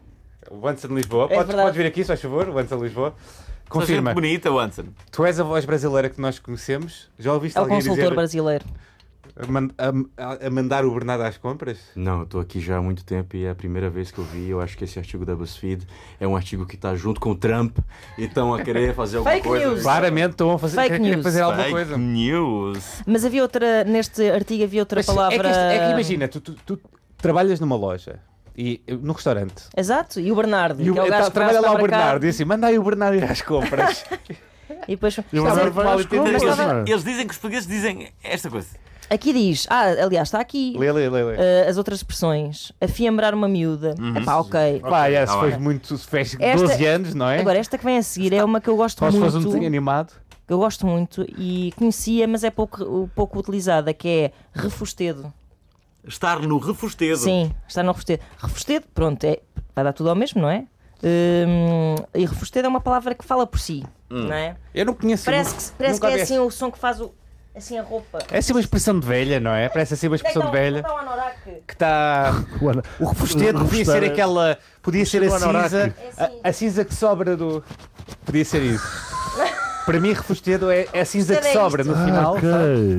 o Anson de Lisboa. É Podes, verdade. podes vir aqui, se faz favor, o Anson de Lisboa. Só gente Confirma. bonita, Wanson. Tu és a voz brasileira que nós conhecemos? Já ouviste É o alguém consultor dizer brasileiro. a, man- a- a mandar o Bernardo às compras? Não, eu tô aqui já há muito tempo e é a primeira vez que eu vi. Eu acho que esse artigo da BuzzFeed é um artigo que tá junto com o Trump e estão a querer fazer alguma Fake coisa. news. Claramente estão a fazer, Fake querem news. fazer alguma Fake coisa. news. Mas havia outra, neste artigo havia outra Mas palavra. É que, isto- é que imagina, tu, tu- tu trabalhas numa loja e no restaurante. Exato, e o Bernardo. E o, que é o tá- gajo que trabalha traz lá o para cá. Bernardo e assim, manda aí o Bernardo ir às compras. E depois. E o Está Bernardo muito vai mal às entendido. compras, Mas estava- não é? Eles dizem que os portugueses dizem esta coisa. Aqui diz, ah, aliás, está aqui. lê, lê, lê. lê. eh, as outras expressões. Afiembrar uma miúda. Epá, ok. Pá, essa tá foi bem. muito. Fez Esta- doze anos, não é? Agora, esta que vem a seguir é uma que eu gosto Só se fosse um muito. desenho animado. Que eu gosto muito e conhecia, mas é pouco, pouco utilizada, que é refustedo. Estar no refustedo. Sim, está no refustedo. Refustedo, pronto, é, vai dar tudo ao mesmo, não é? Hum, e refustedo é uma palavra que fala por si, não é? Eu não conheço. Parece nunca- que, parece nunca que é vi assim essa- o som que faz o, assim a roupa. É assim uma expressão de velha, não é? Parece assim uma expressão de velha. Está um anorak. Que está. Olha, O refustedo podia ser Refustar- aquela. Podia ser a do anorak. cinza. É assim. A, a cinza que sobra do. Podia ser isso. Para mim, refustedo é, é a cinza que Refustedo é sobra isto. no final. ok.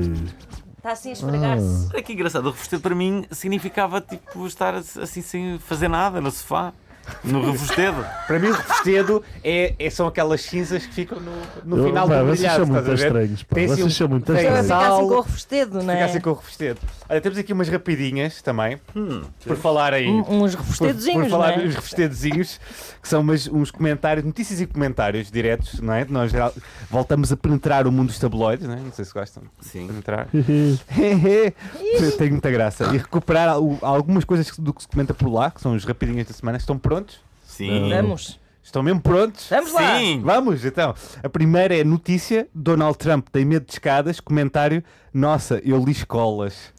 Está assim a esfregar-se. Olha que engraçado, o refustedo para mim significava tipo estar assim sem fazer nada no sofá. No Refestedo. Para mim, o refestedo é, é- são aquelas cinzas que ficam no, no Eu- final pá, do vocês brilhado. são muito estás a ver? estranhos, pá. Tem assim Vocês um- são muito tem estranhos. Fica assim sal, com o refestedo, não é? Fica assim com o refestedo. Olha, temos aqui umas rapidinhas também, por falar aí. Um- Uns Por, refestedozinhos, por falar não é? dos refestedozinhos, que são umas- uns comentários, notícias e comentários diretos, não é? Nós geral- voltamos a penetrar o mundo dos tabloides, não é? Não sei se gostam de Sim. penetrar. Tem muita graça. E recuperar o- algumas coisas do que se comenta por lá, que são os rapidinhos da semana. Estão prontos? Sim. Vamos. Estão mesmo prontos? Vamos lá. Sim. Vamos, então. A primeira é notícia: Donald Trump tem medo de escadas. Comentário: nossa, eu li escolas.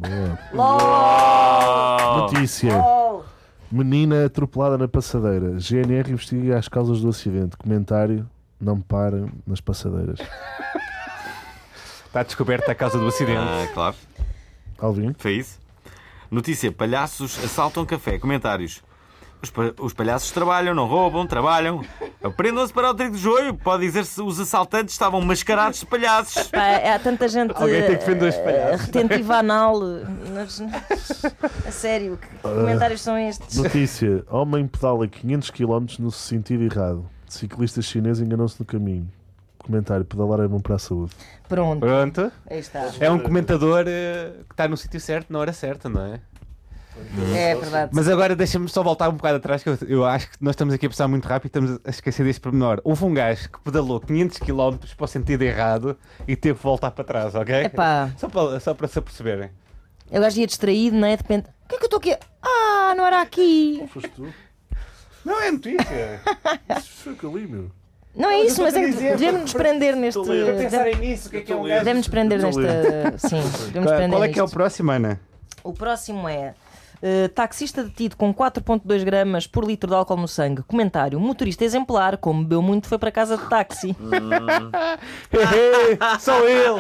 Oh. Notícia. Oh. Menina atropelada na passadeira. G N R investiga as causas do acidente. Comentário. Não parem nas passadeiras. Está descoberta a causa do acidente. Ah, claro. Alvin? Foi isso. Notícia: palhaços assaltam café. Comentários: os, pa- os palhaços trabalham, não roubam, trabalham. Aprendam-se para o trigo de joio. Pode dizer-se que os assaltantes estavam mascarados de palhaços. Pá, há tanta gente Alguém tem que defender os eh, palhaços. retentiva anal. Nas- A sério, que comentários são estes? Notícia. Homem pedala quinhentos quilómetros no sentido errado. Ciclista chinês enganou-se no caminho. Comentário. Pedalar é bom para a saúde. Pronto, Pronto. aí está. É um comentador eh, que está no sítio certo, na hora certa, não é? É verdade. Mas agora deixa-me só voltar um bocado atrás, que eu, eu acho que nós estamos aqui a pensar muito rápido e estamos a esquecer deste pormenor. Houve um gajo que pedalou quinhentos quilómetros para o sentido errado e teve que voltar para trás, ok? Epá, Só para, só para se aperceberem. eu gajo ia distraído, não é? De repente, o que é que eu estou aqui? Ah, não era aqui. Foste tu? Não é notícia. Isso foi o que eu li, meu. Não é isso, eu mas estou é a que dizer, devemos nos prender neste. estou a ler. Para pensarem nisso, o que é que é um gajo? Devemos nos prender Estou a nesta. Sim, devemos Qual, prender qual é que é o nisto. próximo, Ana? O próximo é. Uh, taxista detido com quatro vírgula dois gramas por litro de álcool no sangue. Comentário: motorista exemplar, como bebeu muito, foi para casa de táxi. Sou ele!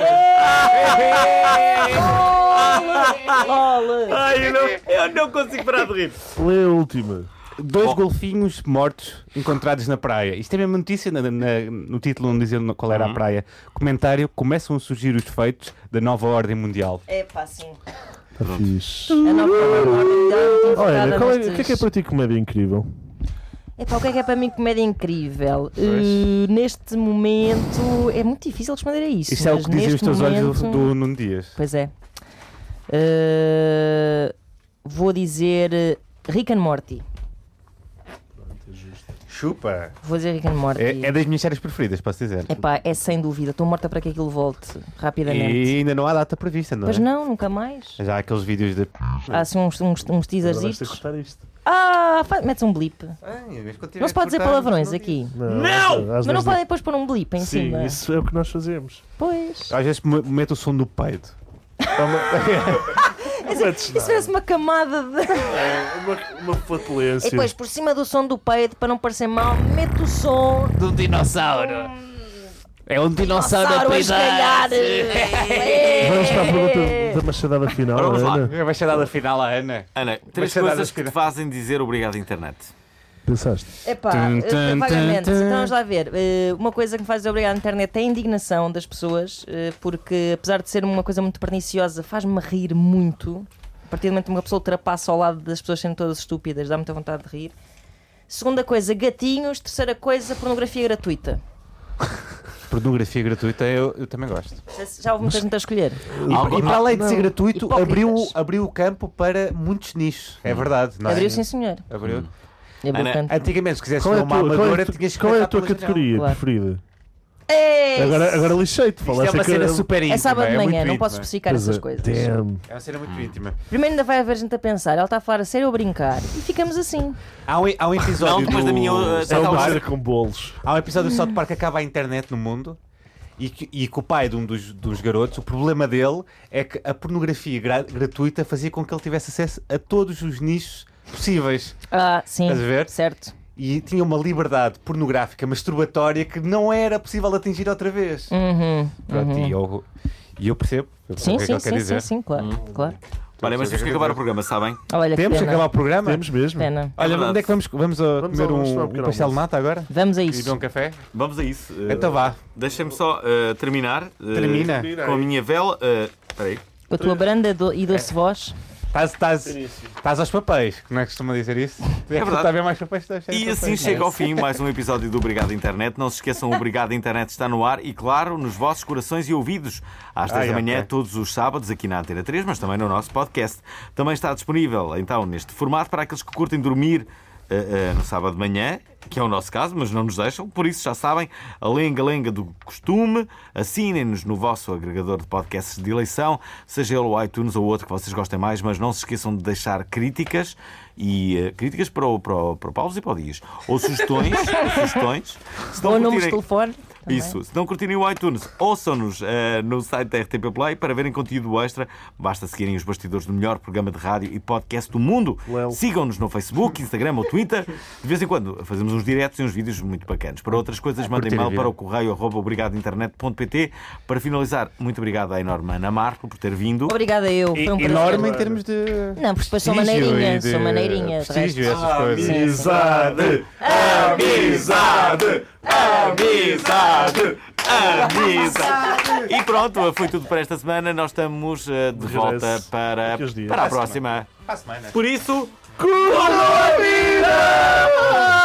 Lol. Ai, eu não, eu não consigo parar de rir. Lê a última. Dois Oh. golfinhos mortos encontrados na praia. Isto é mesmo notícia, na- na- no título não dizia qual era a praia. Comentário: começam a surgir os feitos da nova ordem mundial. É pá, sim. Está fixe. A nova ordem Olha, Ana, qual é- o nestes- que é que é para ti comédia incrível? Epá, o que é que é para mim comédia incrível? Uh, neste momento é muito difícil responder a isso. Isto é o mas que dizem os neste teus olhos do, momento- do Nuno Dias. Pois é. Uh, vou dizer uh, Rick and Morty. Chupa! Vou dizer Rick and Morty. É, é das minhas séries preferidas, posso dizer. Epá, é sem dúvida. Estou morta para que aquilo volte rapidamente. E ainda não há data prevista, não Pois é? não, nunca mais. Já há aqueles vídeos de. Há assim uns, uns, uns Agora vais ter teasers que cortar isto. Ah, faz- metes um blip. Não se pode dizer palavrões aqui. Não! às Mas não vezes podem depois pôr um blip em Sim, cima. isso é o que nós fazemos. Pois. Às vezes me- meto o som do peido. Isso parece uma camada de. É uma, uma E flatulência. depois, por cima do som do peito, para não parecer mal, mete o som Do dinossauro! É um dinossauro, dinossauro a esgalhar. Vamos para a pergunta da machadada final, Ora, vamos lá. Ana. Vai ser dada final à Ana. Ana, três ser dada coisas que te final. fazem dizer obrigado, internet. Pensaste? Epá, Tum, eh, tum, vagamente. tum, tum. Então vamos lá ver. Eh, uma coisa que me faz dizer obrigado à internet é a indignação das pessoas, eh, porque apesar de ser uma coisa muito perniciosa, faz-me rir muito. A partir do momento que uma pessoa ultrapassa ao lado das pessoas sendo todas estúpidas, dá muita vontade de rir. Segunda coisa, gatinhos. Terceira coisa, pornografia gratuita. Pornografia gratuita eu, eu também gosto. Já houve muita gente a escolher. E, e para além de ser gratuito, Hipócritas. abriu, abriu o campo para muitos nichos. É verdade, não é? Abriu, sim, senhor. Abriu. Abriu Ana, canto. Antigamente, se quisesse Qual é ser a uma tua, qual é amadora, a tu- tinhas que qual é a passar tua pela janela. categoria Claro. preferida? É, Agora, agora lixei-te. Isto é Falaste uma que cena era- super íntima. é sábado de é manhã, muito não íntima. posso especificar Pois essas é. coisas. Damn. É uma cena muito íntima. Primeiro ainda vai haver gente a pensar, ela está a falar a sério ou a brincar? E ficamos assim. Há um, há um episódio Não, depois do... da minha, uh, South É South uma Park. cena com bolos. Há um episódio do South Park que acaba a internet no mundo e que, e que o pai de um dos, dos garotos, o problema dele é que a pornografia gra- gratuita fazia com que ele tivesse acesso a todos os nichos possíveis Ah, sim. Estás a ver? Certo. e tinha uma liberdade pornográfica masturbatória que não era possível atingir outra vez. Uhum, Pronto, uhum. e, eu, e eu percebo o Sim, que é que sim, ele quer sim, sim, dizer. sim, claro, claro. Olha, mas temos que acabar o programa, sabem? Olha, Temos que pena. acabar o programa? Temos mesmo. Pena. Olha, verdade. onde é que vamos, vamos a Vamos comer ao- um, vamos tomar um um pequeno pastel de almoço. nata agora? Vamos a E isso. beber um café? Vamos a isso. Uh, Então vá. Deixem-me só uh, terminar. uh, Termina. Com a minha vela. uh, Espera aí. Com a tua branda do- e doce voz. Estás, estás, estás aos papéis, não é que costuma dizer isso? É verdade. Está a ver mais papéis, estás E assim chega ao fim mais um episódio do Obrigado Internet. Não se esqueçam, o Obrigado Internet está no ar e, claro, nos vossos corações e ouvidos. Às dez da manhã, okay. todos os sábados, aqui na Antena três, mas também no nosso podcast. Também está disponível, então, neste formato para aqueles que curtem dormir uh, uh, no sábado de manhã, que é o nosso caso, mas não nos deixam. Por isso, já sabem, a lenga-lenga do costume. Assinem-nos no vosso agregador de podcasts de eleição, seja ele o iTunes ou outro que vocês gostem mais, mas não se esqueçam de deixar críticas e uh, críticas para o, para, o, para o Paulo e para o Dias. Ou sugestões, ou sugestões. Se não Ou números de curtirem- telefone. também. Isso, se não curtirem o iTunes, ouçam-nos uh, no site da R T P Play para verem conteúdo extra. Basta seguirem os bastidores do melhor programa de rádio e podcast do mundo. Lel. Sigam-nos no Facebook, Instagram ou Twitter. De vez em quando fazemos uns diretos e uns vídeos muito bacanas. Para outras coisas, mandem curtir a mail vida. para o correio arroba obrigadointernet ponto pt. Para finalizar, muito obrigado à enorme Ana Marco por ter vindo. Obrigada eu. Foi um prazer. Enorme em termos de. Não, porque depois sou prestígio maneirinha. e de Sou maneirinha. de Prestígio, resto. essas coisas. Amizade! Amizade! Amizade! Amizade! E pronto, foi tudo para esta semana. Nós estamos uh, de De volta regresso. para, Daqui uns dias. para a Para a próxima. Para a semana. Por isso, Curtam a vida!